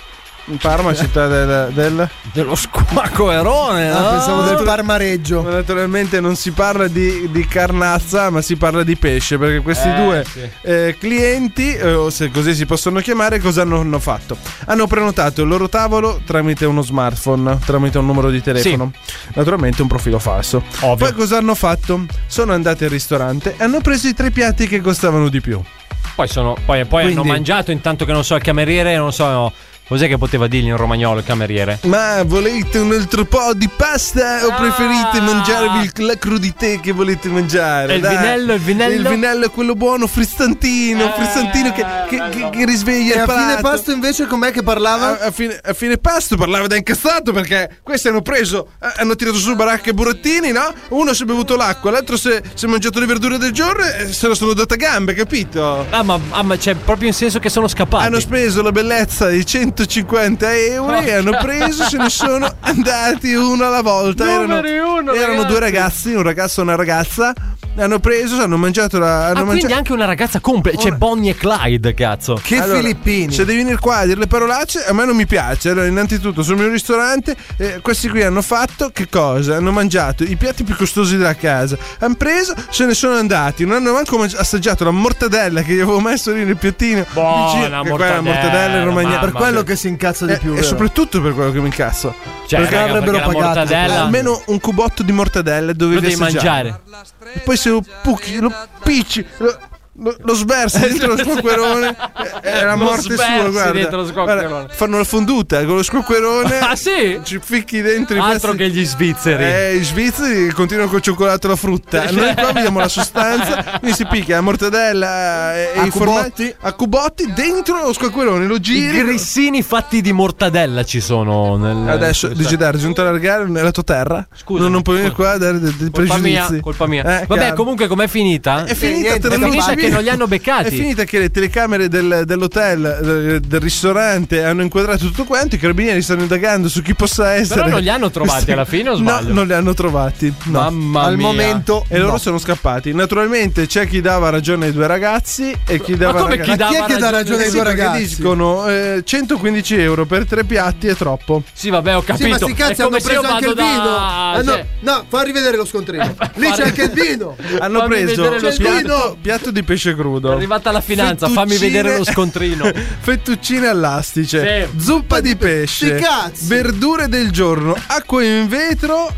Parma, città del, del... dello squacquerone, Ah, no? pensavo del Parmareggio. Ma naturalmente non si parla di, di carnazza, ma si parla di pesce, perché questi Eh, due sì. eh, clienti, eh, o se così si possono chiamare, cosa hanno, hanno fatto? Hanno prenotato il loro tavolo tramite uno smartphone, tramite un numero di telefono. Naturalmente un profilo falso. Ovvio. Poi cosa hanno fatto? Sono andati al ristorante e hanno preso i tre piatti che costavano di più. Poi, sono, poi, poi hanno Quindi- mangiato, intanto che non so, il cameriere, non so. Cos'è che poteva dirgli in romagnolo il cameriere? Ma volete un altro po' di pasta o preferite mangiarvi il- la crudité che volete mangiare? E il Dai. vinello, il vinello? Il vinello è quello buono, frizzantino, frizzantino che, che, che, che risveglia E il a fine palato. pasto invece com'è che parlava? A, a fine, a fine pasto parlava da incazzato perché questi hanno preso, eh, hanno tirato su baracca e burattini, no? Uno si è bevuto l'acqua, l'altro si è, si è mangiato le verdure del giorno e se lo sono date a gambe, capito? Ah, ma, ah, ma c'è proprio in senso che sono scappati. Hanno speso la bellezza di centocinquanta euro e hanno preso, se ne sono andati uno alla volta. Erano, Numeri uno, erano ragazzi. due ragazzi, un ragazzo e una ragazza. Hanno preso, hanno mangiato la. Hanno Ah, quindi mangiato... anche una ragazza completa. C'è Bonnie e Clyde, cazzo. Che Allora, filippini. Se devi venire qua a dire le parolacce, a me non mi piace. Allora, innanzitutto, sul mio ristorante, eh, questi qui hanno fatto che cosa? Hanno mangiato i piatti più costosi della casa. Hanno preso, se ne sono andati. Non hanno manco mangi- assaggiato la mortadella che gli avevo messo lì nel piattino. Buona vicino, che quella è la mortadella, mortadella in Romagna. mamma Per quello che si incazza di E, più. e vero? soprattutto per quello che mi incazzo. Cioè, perché raga, avrebbero perché la pagato. mortadella almeno un cubotto di mortadella dovevi lo devi assaggiare. mangiare. E poi se lo pucchi, lo picci, lo, lo, lo sversi dentro lo squacquerone, è è la Lo morte sversi sua, guarda. dentro lo squacquerone. Guarda, fanno la fonduta con lo squacquerone. Ah, sì? Ci ficchi dentro i Altro pezzi- che gli svizzeri. Eh, i svizzeri continuano col cioccolato e la frutta. Noi qua vediamo la sostanza, quindi si picchia la mortadella e, e A i formaggi cubotti. a cubotti dentro lo squacquerone, lo I giri. grissini fatti di mortadella ci sono nel. Adesso dici Dario, giunto a largare nella tua terra. Scusa, non, non puoi venire qua a dare dei, dei Colpa mia, pregiudizi. colpa mia. Eh, Vabbè, caro. comunque com'è finita? È finita, niente, te è lo finita dici. che non li hanno beccati. È finita che le telecamere del- dell'hotel, del, del ristorante hanno inquadrato tutto quanto. I carabinieri stanno indagando su chi possa essere. Però non li hanno trovati alla fine, o sbaglio? No, non li hanno trovati. No. Mamma Al mia. momento E loro no. sono scappati. Naturalmente c'è chi dava ragione ai due ragazzi e chi dava come ragazzi. chi Ma chi è dava che dà ragione? ragione ai Sì, due perché ragazzi? dicono eh, centoquindici euro per tre piatti è troppo. Sì, vabbè, ho capito. Sì, ma sti È cazzi come hanno se io preso anche vado il vino. da. Ah, no, cioè, no, fa rivedere lo scontrino. Lì c'è anche il vino. Hanno Fammi preso vedere lo piatto, scontrino. piatto di pesce crudo. È arrivata la finanza, fammi Fettuccine- vedere lo scontrino. Fettuccine all'astice, Sì. zuppa di pesce, Sti cazzi. verdure del giorno, acqua in vetro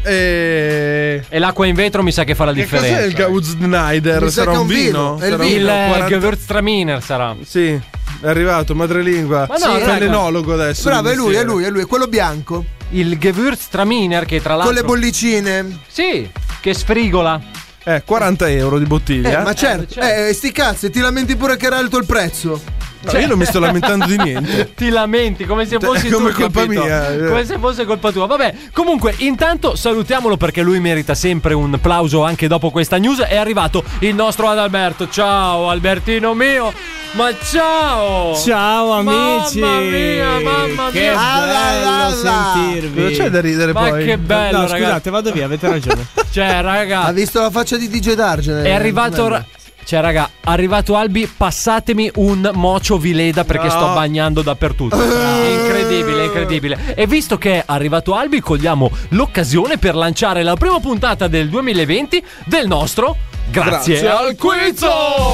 e. E l'acqua in vetro mi sa che fa la Che cos'è il differenza. Gauzschneider? Mi sa Sarà che è un un vino? vino, è il Sarà un Il vino, eh, quaranta Gewürztraminer sarà. Sì, è arrivato, madrelingua. Ma no, sì, raga. è l'enologo adesso. Bravo, del è lui, è mestiere. lui, è lui, è quello bianco. Il Gewürztraminer che tra l'altro. Con le bollicine. Sì, che sfrigola. Eh, quaranta euro di Eh, bottiglia. ma certo, certo. eh, sti cazzi, ti lamenti pure che era alto il prezzo. No, io non mi sto lamentando di niente. Ti lamenti come se Cioè, fossi come tu, colpa capito? mia, eh. Come se fosse colpa tua. Vabbè, comunque, intanto salutiamolo perché lui merita sempre un applauso anche dopo questa news. È arrivato il nostro Adalberto. Ciao, Albertino mio. Ma ciao! Ciao amici! Mamma mia, mamma che mia! bello sentirvi! Cosa c'è da ridere Ma poi? che bello, No, ragazzi. scusate, vado via, avete ragione. Cioè, raga, Ha visto la faccia di D J Dargen? è arrivato. ra- Cioè, raga, arrivato Albi, passatemi un mocio Vileda perché No. sto bagnando dappertutto. È incredibile, incredibile. E visto che è arrivato Albi, cogliamo l'occasione per lanciare la prima puntata del duemilaventi del nostro Grazie, Grazie al Quizzo!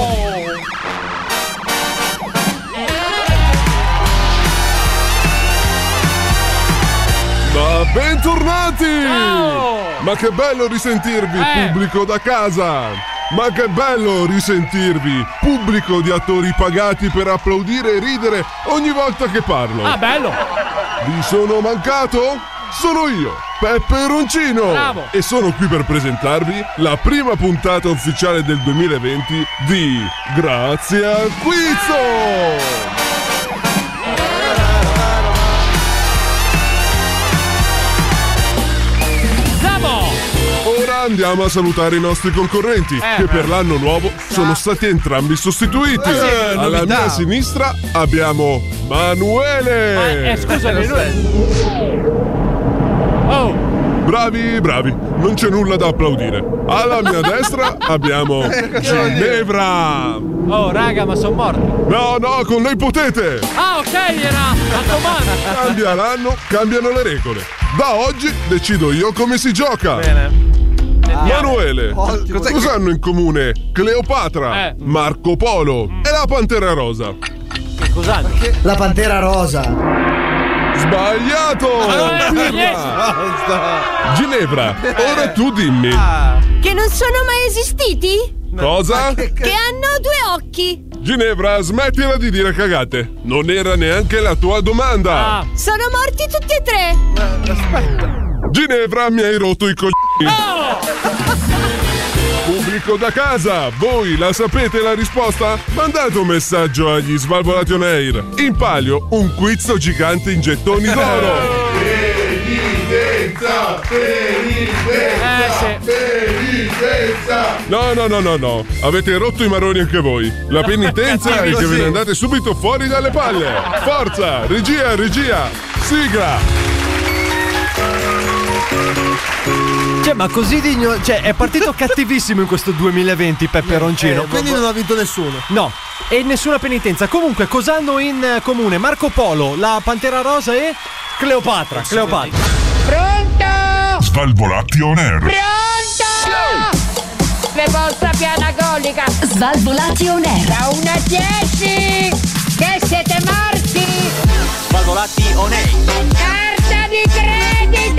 Ma bentornati! Ciao! Ma che bello risentirvi, Eh. pubblico da casa! Ma che bello risentirvi, pubblico di attori pagati per applaudire e ridere ogni volta che parlo! Ah, bello! Vi sono mancato? Sono io, Peppe Roncino! Bravo. E sono qui per presentarvi la prima puntata ufficiale del duemilaventi di Grazie al Quizzo! Andiamo! Ora andiamo a salutare i nostri concorrenti, Eh, che beh. per l'anno nuovo sono stati entrambi sostituiti. Eh, Alla novità. mia sinistra abbiamo Manuele. Ma, eh, scusami, lui. Oh! Bravi, bravi, non c'è nulla da applaudire. Alla mia destra abbiamo Ginevra. Oh raga, ma sono morto. No, no, con lei potete. Ah, ok, era la domanda. Cambia l'anno, cambiano le regole. Da oggi decido io come si gioca. Bene. Manuele, Oh, cos'è cosa hanno in comune Cleopatra, Eh. Marco Polo e la Pantera Rosa? Che cos'hanno? La Pantera Rosa. Sbagliato! Ah, Firma. Ginevra, ora tu dimmi. Che non sono mai esistiti? Cosa? Che hanno due occhi. Ginevra, smettila di dire cagate. Non era neanche la tua domanda. Ah. Sono morti tutti e tre. Ginevra, mi hai rotto i coglioni. Pubblico da casa, voi la sapete la risposta? Mandate un messaggio agli Svalvolati on Air. In palio un quiz gigante in gettoni d'oro. Penitenza, Eh, sì. penitenza. No, no, no, no, no. Avete rotto i marroni anche voi. La penitenza è che ve ne andate subito fuori dalle palle. Forza, regia, regia. Sigla. Cioè, ma così digno. Cioè, è partito cattivissimo in questo duemilaventi Peperoncino. Eh, quindi non ha vinto nessuno. No, e nessuna penitenza. Comunque, cosa hanno in comune Marco Polo, la Pantera Rosa e Cleopatra? Cleopatra. Pronto? Svalvolati on Air. Pronto? Le vostra piana colica. Svalvolati on Air. Da uno a dieci. Che siete morti. Svalvolati on Air. Carta di credito.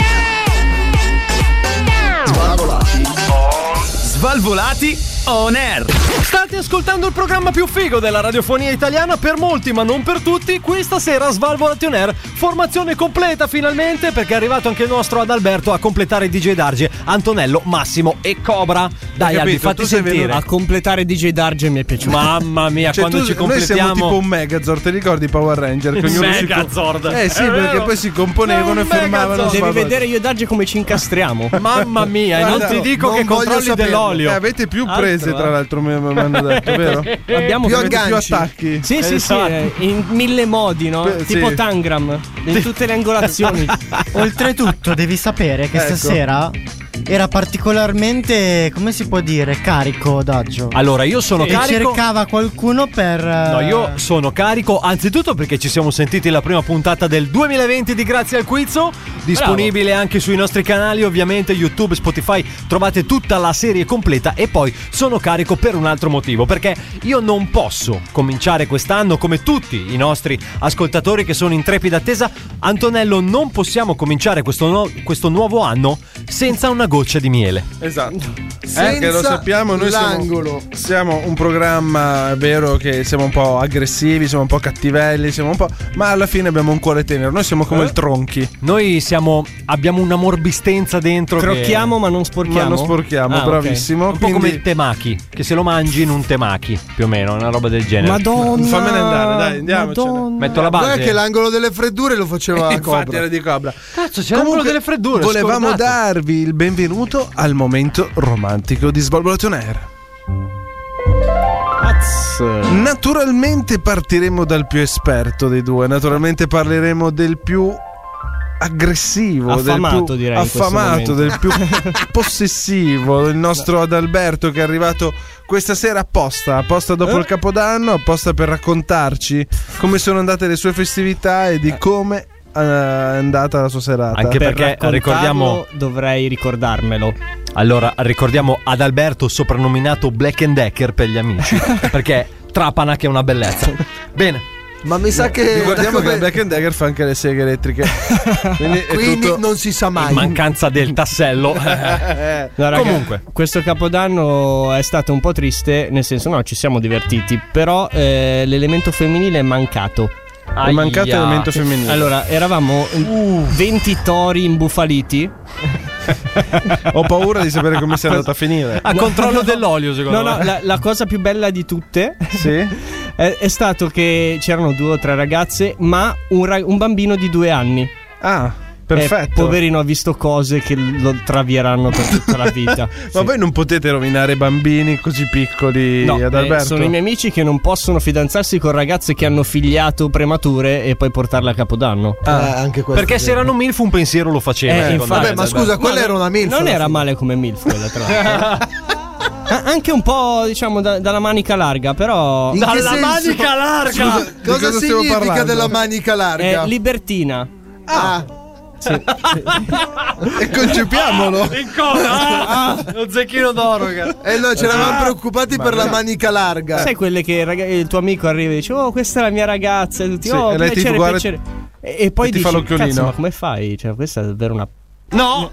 Svalvolati on Air. State ascoltando il programma più figo della radiofonia italiana, per molti ma non per tutti. Questa sera Svalvolati on Air, formazione completa finalmente, perché è arrivato anche il nostro Adalberto a completare D J Darge, Antonello, Massimo e Cobra. Dai capito, Albi, fatti tu sei sentire. venuto A completare D J Darge mi è piaciuto. Mamma mia, Cioè, quando tu- ci noi completiamo. siamo tipo un Megazord, ti ricordi i Power Ranger? Che ognuno si Megazord. Eh sì, È perché vero. poi si componevano È e un fermavano. Megazord. Devi Svalvolati. vedere io e Darge come ci incastriamo. Mamma mia, e non Guarda, ti dico non che voglio controlli saperlo. dell'olio. Eh, avete più Altro, prese, eh. tra l'altro, mi mi hanno detto, vero? Abbiamo Più veramente Più agganci. attacchi. Sì, sì, sì, Esatto. eh, in mille modi, no? Beh, Tipo sì. Tangram, in tutte le angolazioni. Oltretutto devi sapere che Ecco. stasera era particolarmente, come si può dire, carico Daggio. Allora, io sono E carico. cercava qualcuno per... No, io sono carico anzitutto perché ci siamo sentiti la prima puntata del duemilaventi di Grazie al Quizzo, disponibile anche sui nostri canali, ovviamente YouTube, Spotify, trovate tutta la serie completa. E poi sono carico per un altro motivo, perché io non posso cominciare quest'anno come tutti i nostri ascoltatori che sono in trepida attesa. Antonello, non possiamo cominciare questo, no- questo nuovo anno senza una goccia di miele. Esatto. Senza Eh, che lo sappiamo, noi siamo, l'angolo. siamo un programma, è vero che siamo un po' aggressivi, siamo un po' cattivelli, siamo un po', ma alla fine abbiamo un cuore tenero. Noi siamo come Eh? il Tronchi. Noi siamo, abbiamo una morbistenza dentro. Crocchiamo che... ma non sporchiamo. Ma non sporchiamo, Ah, ok. bravissimo. Un po' come quindi- il temaki, che se lo mangi in un temaki, più o meno, una roba del genere. Madonna. Fammene andare, dai, andiamocene. Madonna. Metto la base. Guarda che l'angolo delle freddure lo faceva Infatti Cobra. era di Cobra. Cazzo, c'era quello delle freddure. Volevamo scordato. darvi il benvenuto al momento romantico di Svalvolati on Air. Naturalmente partiremo dal più esperto dei due. Naturalmente parleremo del più aggressivo, Affamato, del più direi, in questo affamato, momento. del più possessivo, il nostro Adalberto, che è arrivato questa sera apposta, apposta dopo Eh? il Capodanno, apposta per raccontarci come sono andate le sue festività e di come eh, è andata la sua serata. Anche Per perché raccontarlo ricordiamo. dovrei ricordarmelo. Allora, ricordiamo Adalberto, soprannominato Black and Decker per gli amici. Perché trapana che è una bellezza. Bene. Ma mi sa che Ricordiamo come- che Black and Decker fa anche le seghe elettriche. Quindi, è quindi tutto... non si sa mai. Mancanza del tassello. No, raga, Comunque. questo Capodanno è stato un po' triste, nel senso, no, ci siamo divertiti, però eh, l'elemento femminile è mancato. È mancato Aia. l'elemento femminile. Allora, eravamo venti tori imbufaliti. Ho paura di sapere come sia andata a finire. A controllo dell'olio, secondo No, me. no, la, la cosa più bella di tutte Sì? è, è stato che c'erano due o tre ragazze, ma un, ra- un bambino di due anni. Ah, Perfetto. Eh, poverino, ha visto cose che lo travieranno per tutta la vita. Ma sì. voi non potete rovinare bambini così piccoli No, ad eh, Alberto? sono i miei amici che non possono fidanzarsi con ragazze che hanno figliato premature e poi portarle a Capodanno. Ah, anche questo. Perché se erano MILF un pensiero lo faceva. Eh, secondo infatti, me. Vabbè, ma scusa, quella era una MILF. Non alla era fine. male come MILF quella, tra l'altro. Ah, anche un po', diciamo, da- dalla manica larga, però. In che Dalla senso? manica larga! Scusa, Di cosa cosa stiamo significa parlando? della manica larga? È libertina. Ah, Sì, sì. E concepiamolo. In coda! Ah, ah, lo zecchino d'oro. Che... e noi ci eravamo preoccupati per la manica larga. Sai quelle che raga- il tuo amico arriva e dice: oh, questa è la mia ragazza. E tutti, Sì, oh, e lei ti piacere, guarda- piacere. E, e poi e ti dici: fa l'occhiolino. cazzo, ma come fai? Cioè, questa è davvero una. No!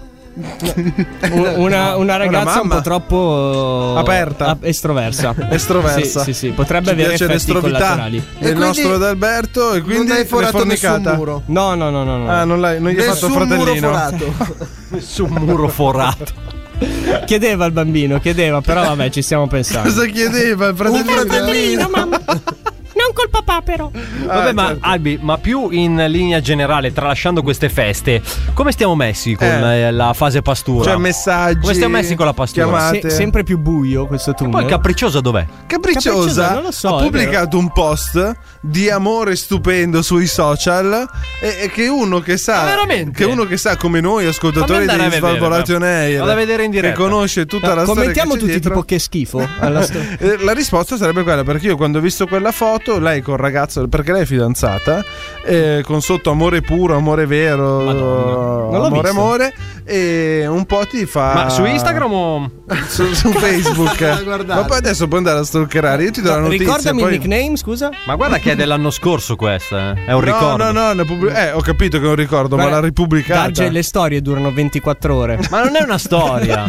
Un- Una, una ragazza un mamma. po' troppo Aperta. a- estroversa. Estroversa. Sì, sì, sì. Potrebbe Ci avere piace effetti l'estrovità collaterali. E del quindi nostro Adalberto e quindi non hai forato l'hai nessun fornicata. muro. No, no, no, no, no. Ah, non, l'hai, non gli hai fatto Nessun muro fratellino. forato. Nessun muro forato. Chiedeva il bambino, chiedeva, però vabbè, ci stiamo pensando. Cosa chiedeva il Un fratellino? fratellino, mamma. Non col papà, però. Vabbè, ma certo. Albi, ma più in linea generale, tralasciando queste feste, come stiamo messi con Eh. eh, la fase pastura? Cioè messaggi, Come stiamo messi con la pastura? chiamate. Se- sempre più buio questo tunnel. Poi Capricciosa dov'è? Capricciosa, Capricciosa, non lo so, ha è pubblicato un post di amore stupendo sui social e, e che uno che sa Ma veramente? che uno che sa come noi ascoltatori Fammi andare dei a vedere, Svalvolati on Air, vado a vedere in diretta. che conosce tutta No, la storia commentiamo che c'è tutti dietro. tipo che schifo alla storia. Eh, La risposta sarebbe quella, perché io quando ho visto quella foto, lei col ragazzo, perché lei è fidanzata, eh, con sotto amore puro, amore vero, Madonna. Non l'ho amore visto. amore, e un po' ti fa. Ma su Instagram o. Su, su Facebook. guardare. Ma poi adesso puoi andare a stalkerare. Io ti do la notizia. Ricordami poi... il nickname, scusa. Ma guarda che è dell'anno scorso questa, eh. È un No, ricordo. no, no, ne pubblic- eh, ho capito che è un ricordo, Guarda, ma l'ha ripubblicata. Darge, le storie durano ventiquattro ore. Ma non è una storia.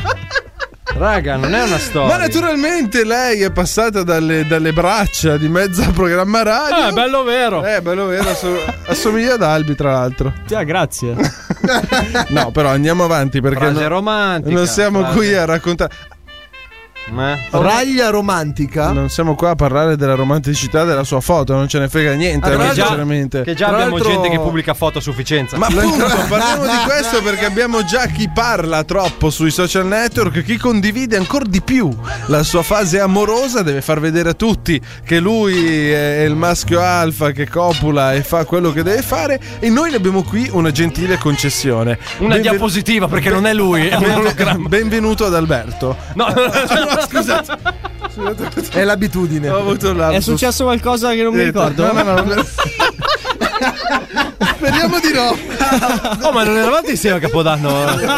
Raga, non è una storia. Ma naturalmente lei è passata dalle, dalle braccia di mezza programma radio. Eh, bello vero. Eh, bello vero, asso- assomiglia ad Albi, tra l'altro. Ah, grazie. No, però andiamo avanti perché Frase non, romantica. non siamo frase- qui a raccontare. Eh? Raglia romantica. Non siamo qua a parlare della romanticità della sua foto, non ce ne frega niente, Ah, a me, tra l'altro- sinceramente. Che già Tra abbiamo l'altro- gente che pubblica foto a sufficienza. Ma appunto, parliamo di questo perché abbiamo già chi parla troppo sui social network, chi condivide ancora di più la sua fase amorosa, deve far vedere a tutti che lui è il maschio alfa che copula e fa quello che deve fare, e noi ne abbiamo qui una gentile concessione. Una Benven- diapositiva perché non è lui, è un Benven- ologramma. Benvenuto ad Alberto. No, Scusate. È l'abitudine. Ho avuto un È lapsus. successo qualcosa che non mi ricordo? No, no, no. Speriamo di no. Oh, ma non eravate insieme a Capodanno?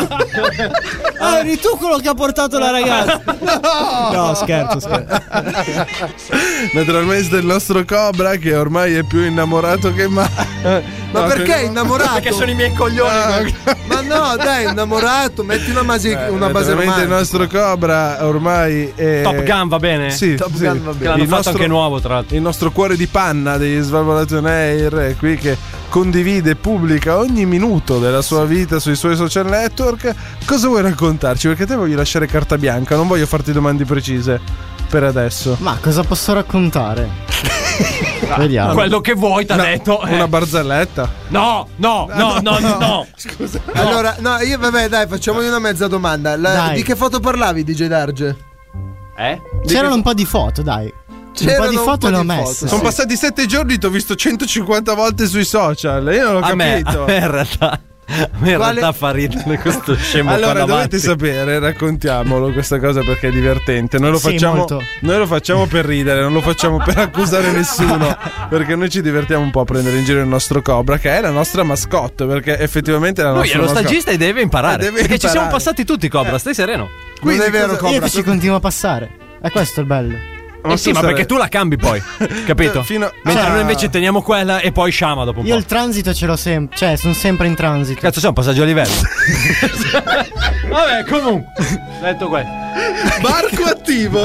Ah, eri tu quello che ha portato la ragazza. No, scherzo, scherzo. Naturalmente il nostro Cobra che ormai è più innamorato che mai. Ma No, perché che- innamorato? Perché sono i miei coglioni. Ah, Ma no, dai, innamorato, metti una, masi- Eh, una base naturalmente il romantica. nostro Cobra ormai è Top Gun va bene? Sì, Top sì. Gun va bene. Che l'hanno Il fatto nostro- anche nuovo, tra l'altro. Il nostro cuore di panna degli Svalvolati on Air è qui che condivide e pubblica ogni minuto della sua vita sui suoi social network. Cosa vuoi raccontarci? Perché a te voglio lasciare carta bianca, non voglio farti domande precise per adesso. Ma cosa posso raccontare? Vediamo. Quello che vuoi, t'ha No, detto. eh. Una barzelletta. No, no, no, no, no, no. Scusa. Allora, no, io vabbè, dai, facciamogli una mezza domanda. La- Dai. di che foto parlavi, D J Darge? Eh? C'erano un po' di foto, dai. Un C'erano po' di un foto po' le ho di messe. foto. Sono sì. passati sette giorni e ti ho visto centocinquanta volte sui social. Io non ho A me, capito. a me in realtà. A me in Quale- realtà fa ridere questo scemo. Allora qua dovete davanti. sapere, raccontiamolo questa cosa perché è divertente. Noi lo Sì, facciamo, molto. noi lo facciamo per ridere, non lo facciamo per accusare nessuno. Perché noi ci divertiamo un po' a prendere in giro il nostro Cobra, che è la nostra mascotte. Perché effettivamente è la Lui è nostra lo mascotte. stagista e deve imparare. Eh, deve perché ci imparare. siamo passati tutti, Cobra. Stai sereno. Quindi Non è vero, cosa- Cobra. Io che ci continuo a passare. È questo il bello. Eh sì, tu ma sarai- perché tu la cambi poi, capito? Fino- Mentre Cioè- noi invece teniamo quella e poi sciama dopo un Io po'. il transito ce l'ho sempre. Cioè, sono sempre in transito. Cazzo, c'è un passaggio a livello. Vabbè, comunque. Detto questo. Barco attivo.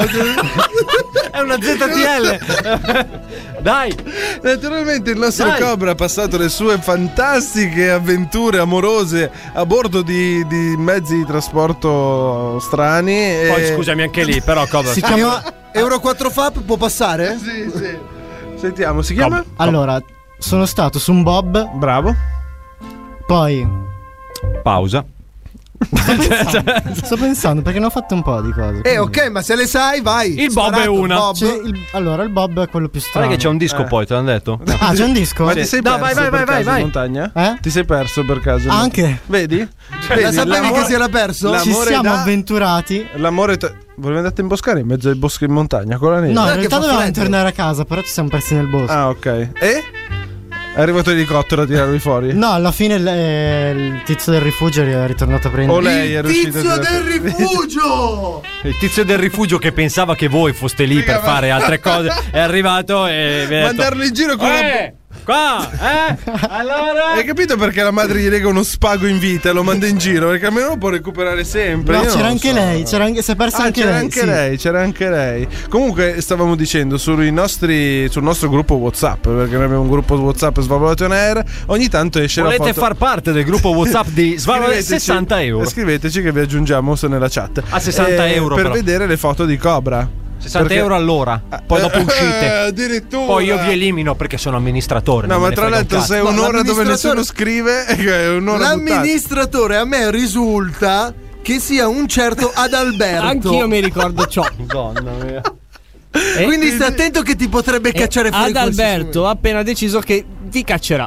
È una Z T L. Dai. Naturalmente il nostro Dai. Cobra ha passato le sue fantastiche avventure amorose a bordo di, di mezzi di trasporto strani. e- Poi scusami anche lì, però Cobra. Si chiama. Euro quattro Fab può passare? Sì, sì. Sentiamo, si chiama? Allora, sono stato su un bob. Bravo. Poi Pausa. Sto pensando, sto pensando perché ne ho fatto un po' di cose. Eh, ok, ma se le sai, vai. Il Bob è una. Bob. C'è il- allora, il Bob è quello più strano. Sai che c'è un disco Eh. poi, te l'hanno detto? Ah, c'è un disco? Ma ti sei No, perso vai, vai, per vai, caso vai, in montagna? Eh? Ti sei perso per caso? Anche. Vedi? La Vedi, sapevi l'amore- che si era perso? la- Ci L'amore siamo da- avventurati. L'amore. T- Volevi andare a imboscare in mezzo ai boschi in montagna con la neve? No, in che realtà fa dovevamo freddo. tornare a casa, però ci siamo persi nel bosco. Ah, ok. E? È arrivato l'elicottero a tirarvi fuori? No, alla fine il, eh, il tizio del rifugio è ritornato a prendere. O lei è riuscita Tizio a tirare del fuori? rifugio! Il tizio del rifugio che pensava che voi foste lì per fare altre cose è arrivato e vi ha detto, Mandarlo in giro con eh, qua, eh? Allora? Hai capito perché la madre gli lega uno spago in vita e lo manda in giro? Perché almeno lo può recuperare sempre. No, Io non c'era lo anche so. lei, c'era anche, si è persa Ah, anche c'era lei. anche sì. lei, c'era anche lei. Comunque stavamo dicendo sui nostri, sul nostro gruppo WhatsApp, perché noi abbiamo un gruppo WhatsApp Svalvolation Air, ogni tanto esce Volete la foto. far parte del gruppo WhatsApp di Svalvolation? Scriveteci- sessanta euro. Scriveteci che vi aggiungiamo nella chat. A sessanta euro, per però. vedere le foto di Cobra. sessanta Perché- euro all'ora. Poi dopo Eh, uscite. addirittura. Poi io vi elimino perché sono amministratore. No, non ma me ne tra frega un l'altro cazzo. sei No, un'ora dove l'amministratore- nessuno scrive è un'ora buttata. L'amministratore a me risulta che sia un certo Adalberto. Anch'io mi ricordo ciò. Madonna mia. E- Quindi stai attento che ti potrebbe cacciare fuori Adalberto ha appena deciso che vi caccerà.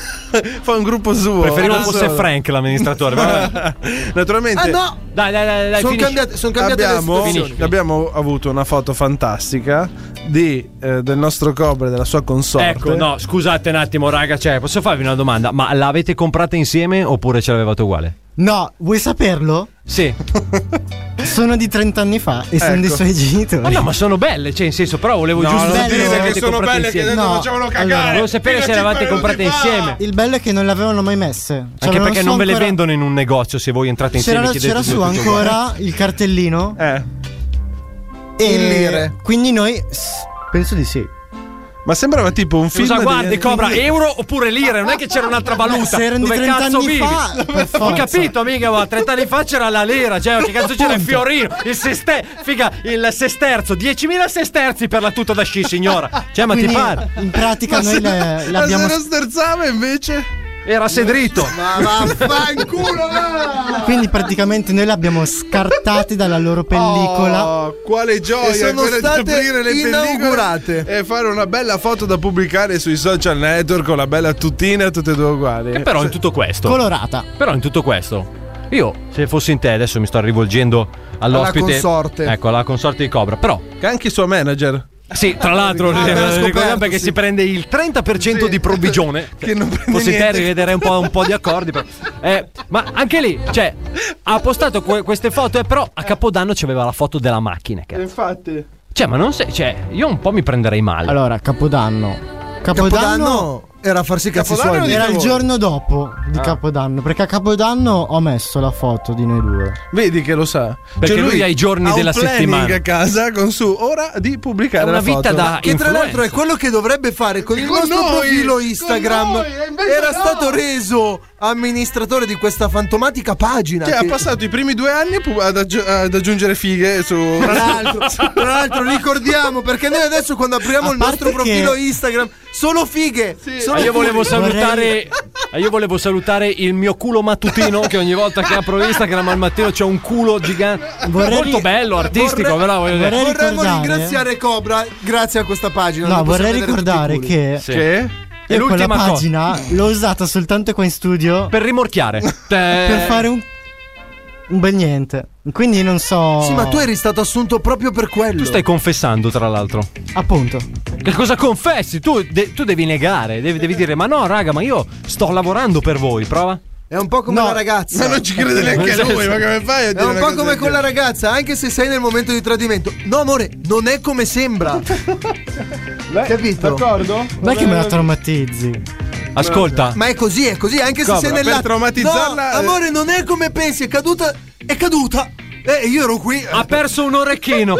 Fa un gruppo suo. Preferivo Da fosse solo. Frank l'amministratore. Vabbè. Naturalmente. Ah no! Dai, dai, dai, dai Sono finisci. cambiate, son cambiate Abbiamo, le situazioni. abbiamo avuto una foto fantastica di, eh, del nostro Cobra e della sua consorte. Ecco, no, scusate un attimo, raga. Cioè, posso farvi una domanda? Ma l'avete comprata insieme oppure ce l'avevate uguale? No, vuoi saperlo? Sì. Sono di trenta anni fa e sono Ecco. dei suoi genitori. Ma no, ma sono belle, cioè, in senso, però volevo No, giusto non sapere dire se che l'avete sono comprate belle, che insieme. adesso No, facevano allora, cagare. Volevo sapere se le avevate comprate insieme. Il bello è che non le avevano mai messe. Anche C'erano perché su non ve le ancora- vendono in un negozio se voi entrate insieme C'era, e chiedete c'era su due tutte uguali. ancora il cartellino. Eh. E In lire. quindi noi s- penso di sì. Ma sembrava tipo un film. Scusa, di- guardi, Cobra, euro oppure lire? Non è che c'era un'altra valuta. Se erano di Dove trenta cazzo anni vivi? fa, per Ho forza. capito, mica, ma trenta anni fa c'era la lira, cioè che cazzo c'era il fiorino, il seste, figa, il sesterzo, diecimila sesterzi per la tuta da sci, signora. Cioè, ma Quindi, ti pare? in pratica Ma noi se, le, ma l'abbiamo se non sterzava invece. Era sedrito. Ma vaffanculo! va! Quindi praticamente noi le abbiamo scartate dalla loro pellicola. Oh, quale gioia E sono quella di state aprire le inaugurate. pellicole e fare una bella foto da pubblicare sui social network con la bella tutina tutte e due uguali. E però in tutto questo. Colorata. Però in tutto questo. Io, se fossi in te, adesso mi sto rivolgendo all'ospite. Alla consorte. Ecco, alla consorte di Cobra. Però. Che anche il suo manager. Sì, tra l'altro, Ah, eh, abbiamo ricordiamo scoperto, perché sì. si prende il trenta per cento Sì. di provvigione. Che non prende Fossi te, niente. rivedere un po', un po' di accordi. Però. Eh, ma anche lì, cioè, ha postato que- queste foto, e però a Capodanno c'aveva la foto della macchina. Che... Infatti. Cioè, ma non sei. Cioè, io un po' mi prenderei male. Allora, Capodanno. Capodanno, Capodanno era a farsi i cazzi Capodanno suoi. di- era il voi. giorno dopo di Ah. Capodanno. Perché a Capodanno ho messo la foto di noi due. Vedi che lo sa. Perché lui ha i giorni ha della un planning settimana. a casa con su ora di pubblicare È una la foto. vita da Che tra influencer. l'altro è quello che dovrebbe fare con il Con nostro noi, profilo con Instagram. noi, e invece Era no. stato reso amministratore di questa fantomatica pagina. Cioè, che- ha passato i primi due anni pu- ad, aggi- ad aggiungere fighe su. Tra l'altro, tra l'altro ricordiamo perché noi adesso quando apriamo A il nostro parte che- profilo Instagram solo fighe. Solo Ma io volevo fighe. salutare io volevo salutare il mio culo mattutino, che ogni volta che apro Instagram al mattino c'è un culo gigante. Vorrei molto ri- bello, artistico, vorrei- però voglio dire. vorrei- Vorremmo ricordare- ringraziare Cobra grazie a questa pagina. No, dove vorrei possiamo vedere ricordare tutti i culi. che Sì. Che? È io quella l'ultima cosa. pagina l'ho usata soltanto qua in studio Per rimorchiare. per Per fare un, un bel niente. Quindi non so. Sì, ma tu eri stato assunto proprio per quello. Tu stai confessando, tra l'altro. Appunto. Che cosa confessi? Tu, de- tu devi negare, devi, devi dire: ma no, raga, ma io sto lavorando per voi. Prova. È un po' come No, la ragazza. Ma non ci crede neanche lui, ma come fai a È dire un una po' cosa come del con la genere? ragazza, anche se sei nel momento di tradimento. No, amore, non è come sembra. Beh, Capito? D'accordo? Non è che me la traumatizzi. Ascolta. Ma è così, è così, anche se Cobra, sei per nella. traumatizzarla- No, amore, non è come pensi, è caduta. È caduta. Eh, io ero qui. Ha perso un orecchino.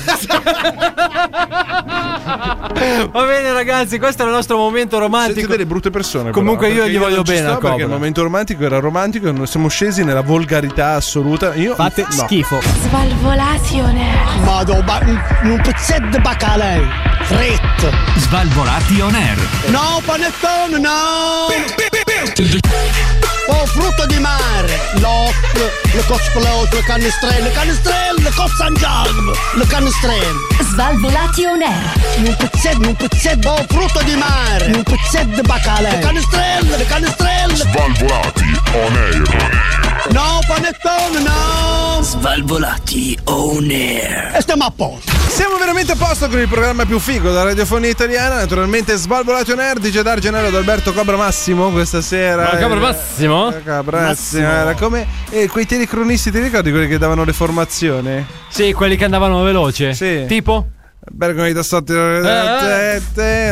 Va bene, ragazzi, questo è il nostro momento Siete romantico. delle brutte persone. Comunque però, io perché gli voglio non ci bene sto a Cobra. Perché il momento romantico era romantico e non siamo scesi nella volgarità assoluta. Io Fate no. schifo. Svalvolazione. Vado un pezzetto di bacalè fritto. Svalvolati on air. No panettone, no. Oh, frutto di mare. le cosplot, le canestrelle, le canestrelle, le cozzangiam, le canestrelle. Svalvolati on air. Un pezzetto, un pezzetto, oh, frutto di mare, un pezzetto di baccalà. Le canestrelle, le canestrelle. Svalvolati on air. No, panettone, no. Svalvolati on air. E stiamo a posto. Siamo veramente a posto con il programma più figo della radiofonia italiana. Naturalmente Svalvolati on air, D J D'Argenello ad Alberto Cobra Massimo questa sera. Ma Cobra Massimo? Eh, Cobra Massimo. Era come eh, quei telecronisti, ti ricordi quelli che davano le formazioni? Sì, quelli che andavano veloce. Sì. Tipo? Bergoni da sotto. Vieri.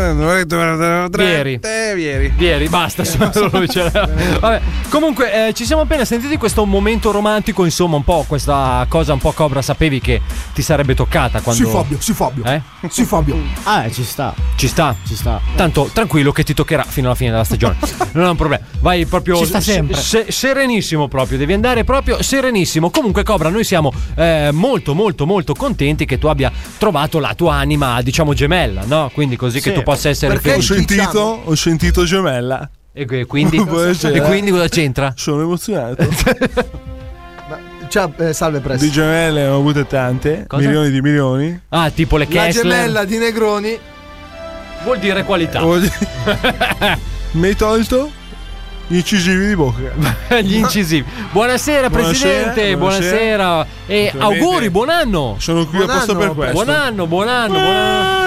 Vieri. Vieri, basta. Vabbè. Comunque, eh, ci siamo appena sentiti questo momento romantico. Insomma, un po' questa cosa, un po' Cobra. Sapevi che ti sarebbe toccata quando. Sì, Fabio, sì, Fabio. Eh? Sì, Fabio. Ah, ci sta. Ci sta? Ci sta. Tanto tranquillo che ti toccherà fino alla fine della stagione. Non è un problema. Vai proprio. Ci sta sempre. Se- serenissimo proprio. Devi andare proprio serenissimo. Comunque, Cobra, noi siamo eh, molto, molto, molto contenti che tu abbia trovato la tua anima, diciamo, gemella, no? Quindi così Sì. che tu possa essere Perché ho felice. sentito, ho sentito gemella. E que- quindi, Può essere. e quindi cosa c'entra? Sono emozionato. Ciao, eh, salve presto. Di gemelle ho avute tante, Cosa? milioni di milioni. Ah, tipo le La Kessler. gemella di Negroni. Vuol dire qualità. Vuol dire- Mi hai tolto gli incisivi di bocca. Gli incisivi. Buonasera, Buonasera, Presidente. Buonasera. buonasera. E Naturalmente. auguri, buon anno. Sono qui Buon apposta anno, per questo. Buon anno, buon anno, buon anno.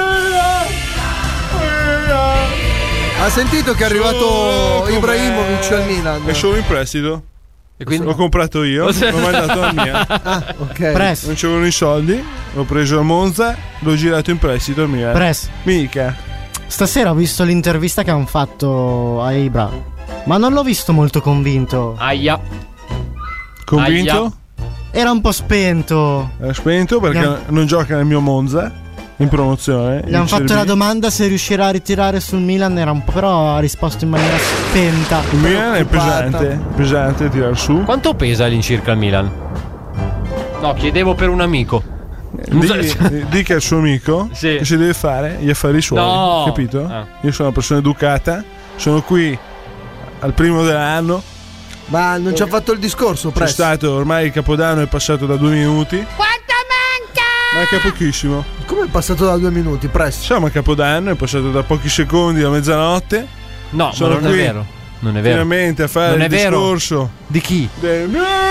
Ha sentito che è arrivato Ibrahimovic al Milan? È solo in prestito. E quindi L'ho comprato io, l'ho mandato la mia. Ah, ok. Press. Non c'erano i soldi, l'ho preso a Monza, l'ho girato in prestito al Milan. Press. Mica. Stasera ho visto l'intervista che hanno fatto a Ibra, ma non l'ho visto molto convinto. Aia. Convinto? Era un po' spento. Era spento perché Gli han- non gioca nel mio Monza in promozione. Gli hanno in fatto Serie la B. domanda se riuscirà a ritirare sul Milan, era un po', però ha risposto in maniera spenta. Il Milan è preoccupata. pesante, pesante tirar su. Quanto pesa all'incirca il Milan? No, chiedevo per un amico. Di, di che è il suo amico Sì. che si deve fare gli affari suoi, No. capito? Ah. Io sono una persona educata, sono qui al primo dell'anno. Ma non ci ha fatto il discorso, C'è presto. stato ormai il Capodanno, è passato da due minuti. Quanto manca? Manca pochissimo. Come è passato da due minuti, presto? Siamo a Capodanno, è passato da pochi secondi a mezzanotte. No, Sono ma non qui è vero. Non è vero. finalmente a fare Non il è vero. discorso. Di chi? del-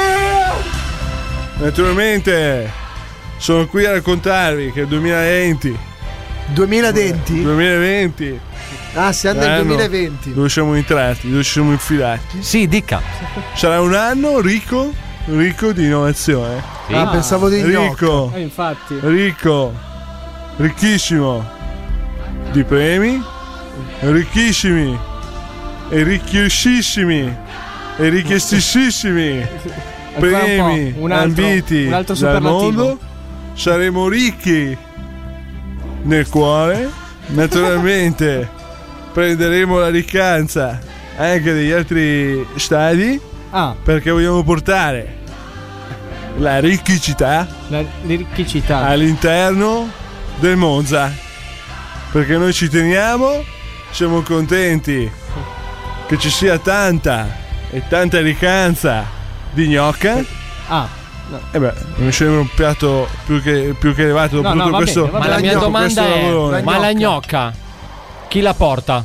Naturalmente sono qui a raccontarvi che il duemilaventi duemilaventi? duemilaventi Ah, siamo nel l'anno duemilaventi. dove siamo entrati, dove ci siamo infilati, Sì, dica. sarà un anno ricco, ricco di innovazione. Sì. Ah, pensavo di Ricco, Eh, infatti. ricco, ricchissimo di premi, ricchissimi e ricchissimi e richiestissimi premi un altro- ambiti un altro dal superlativo. mondo. Saremo ricchi nel cuore, naturalmente prenderemo la riccanza anche degli altri stadi Ah, perché vogliamo portare la riccicità la riccicità. all'interno del Monza, perché noi ci teniamo, siamo contenti che ci sia tanta e tanta riccanza di gnocca. Ah, E beh, mi sembra un piatto più che, più che elevato dopo No, no, tutto va questo, bene, va Ma la mia dopo domanda questo è: lavorone. ma la gnocca chi la porta?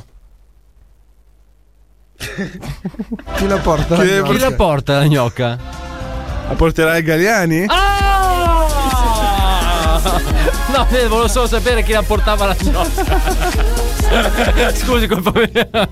Chi la porta? Chi la deve gnocca? Chi la porta la gnocca? La porterà il Galliani? Ah! No, eh, volevo solo sapere chi la portava la gnocca. Scusi, colpa mia.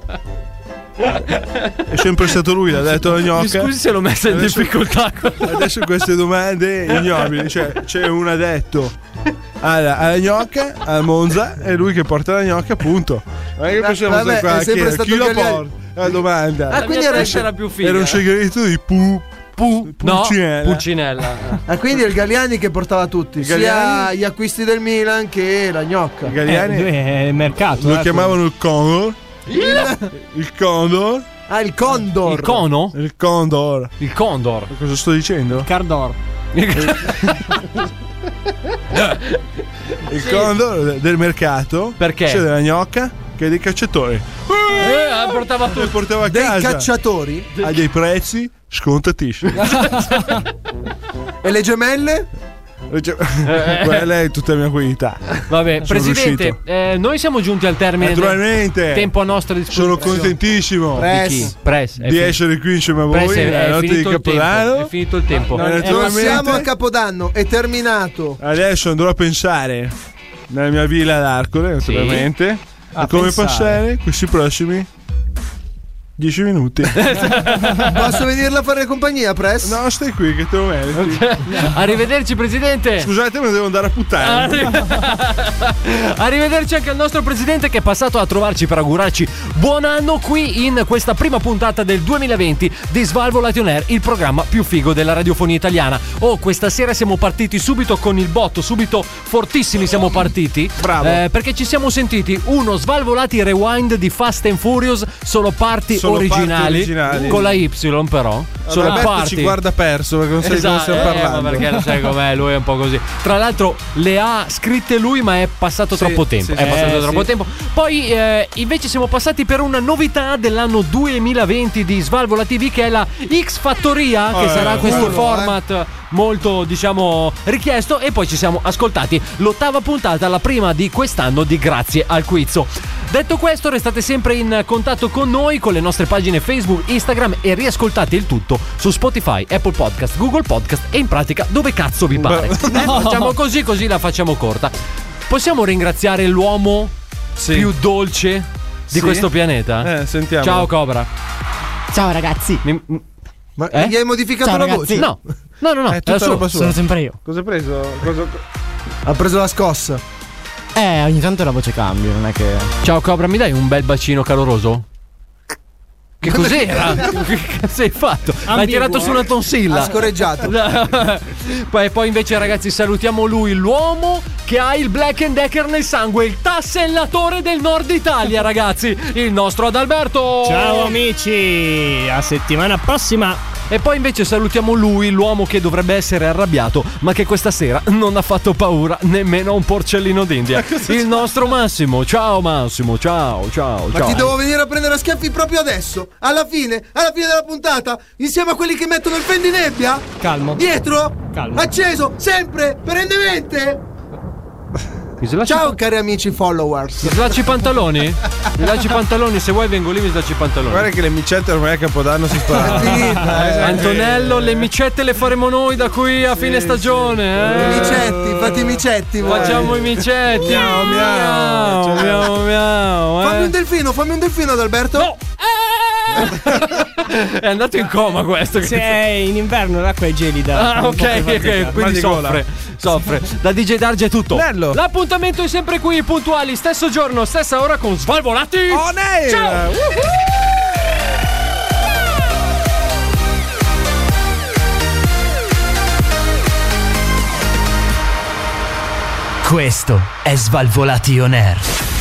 È sempre stato lui, l'ha detto la Mi gnocca. scusi se l'ho messa in Adesso- difficoltà. Adesso queste domande ignobili, cioè c'è un addetto alla, alla gnocca, al Monza, è lui che porta la gnocca, appunto. Non è che possiamo Vabbè, stare qua è a sempre chiedere stato chi la Galliani. porta. La domanda. Ah, quindi era, era più figa. Era un segreto di Pu. Pu- no, Pulcinella. Pulcinella. ah, quindi è il Galliani che portava tutti, sia Galliani? gli acquisti del Milan che la gnocca. I Galliani eh, è mercato. lo eh, chiamavano il Condor. Il, Il Condor. Ah, il Condor. il cono? Il Condor. Il condor. Cosa sto dicendo? Cardor. Il Condor del mercato. Perché? C'è della gnocca che è dei cacciatori. Eh, portava tutto. portava a Dei casa. cacciatori. A dei prezzi scontatissimi. E le gemelle? Quella è tutta la mia qualità. Vabbè, Sono Presidente, eh, noi siamo giunti al termine Naturalmente. del tempo a nostra disposizione. Sono contentissimo Di chi? Press, è di fin- essere qui insieme a Press, voi è- nella è notte di finito il tempo, Capodanno. è finito il tempo. Eh, Non naturalmente, siamo a Capodanno, è terminato. adesso andrò a pensare nella mia villa d'Arcole, naturalmente, A a come pensare. passare questi prossimi dieci minuti. Posso venirla a fare compagnia, Press? No, stai qui che te lo meriti. Arrivederci, Presidente. Scusate, ma devo andare a puttane. Arrivederci anche al nostro Presidente che è passato a trovarci per augurarci buon anno qui in questa prima puntata del duemilaventi di Svalvolation Air, il programma più figo della radiofonia italiana. Oh, questa sera siamo partiti subito con il botto, subito fortissimi siamo partiti. Bravo. Eh, perché ci siamo sentiti uno Svalvolati rewind di Fast and Furious, solo parti Solo originali, parti originali. con la Y però. Solo Alberto parti. ci guarda perso perché non sai di cosa Esatto, stiamo eh, parlando. ma perché lo sai com'è, lui è un po' così. Tra l'altro le ha scritte lui, ma è passato Sì, troppo tempo. sì, è sì. passato Eh, troppo sì. tempo. Poi eh, invece siamo passati per una novità dell'anno duemilaventi di Svalvola T V, che è la X Fattoria, che Eh, sarà questo bello, format molto, diciamo, richiesto. E poi ci siamo ascoltati l'ottava puntata, la prima di quest'anno, di Grazie al Quizzo. Detto questo, restate sempre in contatto con noi, con le nostre pagine Facebook, Instagram, e riascoltate il tutto su Spotify, Apple Podcast, Google Podcast e in pratica dove cazzo vi pare. Eh, facciamo così, così la facciamo corta. Possiamo ringraziare l'uomo Sì. più dolce di Sì. questo pianeta? Eh, sentiamo. Ciao Cobra. Ciao ragazzi. Mi- Ma Eh? gli hai modificato Ciao, la ragazzi. voce? No, no, no, no, È è tutta la sua. roba sua. Sono sempre io. Cosa hai preso? Cosa... Ha preso la scossa. Eh, ogni tanto la voce cambia, non è che. Ciao Cobra, mi dai un bel bacino caloroso? Che cos'era? Che cazzo hai fatto? L'hai Ambiguo, tirato su una tonsilla. Ha scorreggiato. poi, poi invece ragazzi salutiamo lui, l'uomo che ha il Black and Decker nel sangue, il tassellatore del nord Italia, ragazzi, il nostro Adalberto. Ciao amici, a settimana prossima. E poi invece salutiamo lui, l'uomo che dovrebbe essere arrabbiato, ma che questa sera non ha fatto paura nemmeno a un porcellino d'India. Il nostro Massimo. Ciao Massimo, ciao, ciao, Ma ciao. ti devo venire a prendere a schiaffi proprio adesso? Alla fine? Alla fine della puntata? Insieme a quelli che mettono il fendinebbia? Calmo. Dietro? Calmo. Acceso? Sempre? Perennemente? Mi slacci, Ciao cari amici followers. mi slacci i pantaloni? Mi slacci i pantaloni, se vuoi vengo lì, mi slacci i pantaloni. Guarda che le micette ormai a Capodanno si È sparano. finita, eh. Antonello, le micette le faremo noi da qui a fine stagione. I Eh? micetti, fate i micetti voi. Facciamo i micetti. Miau, miau. miau, miau, miau, eh. Fammi un delfino, fammi un delfino Adalberto. No. È andato in coma questo. Se è in inverno l'acqua è gelida. Ah, Un po' ok, più ok, fatica. quindi di gola. soffre, soffre. Da D J Darge è tutto. Bello. L'appuntamento è sempre qui, puntuali, stesso giorno, stessa ora con Svalvolati. On air. Ciao. Questo è Svalvolation Air.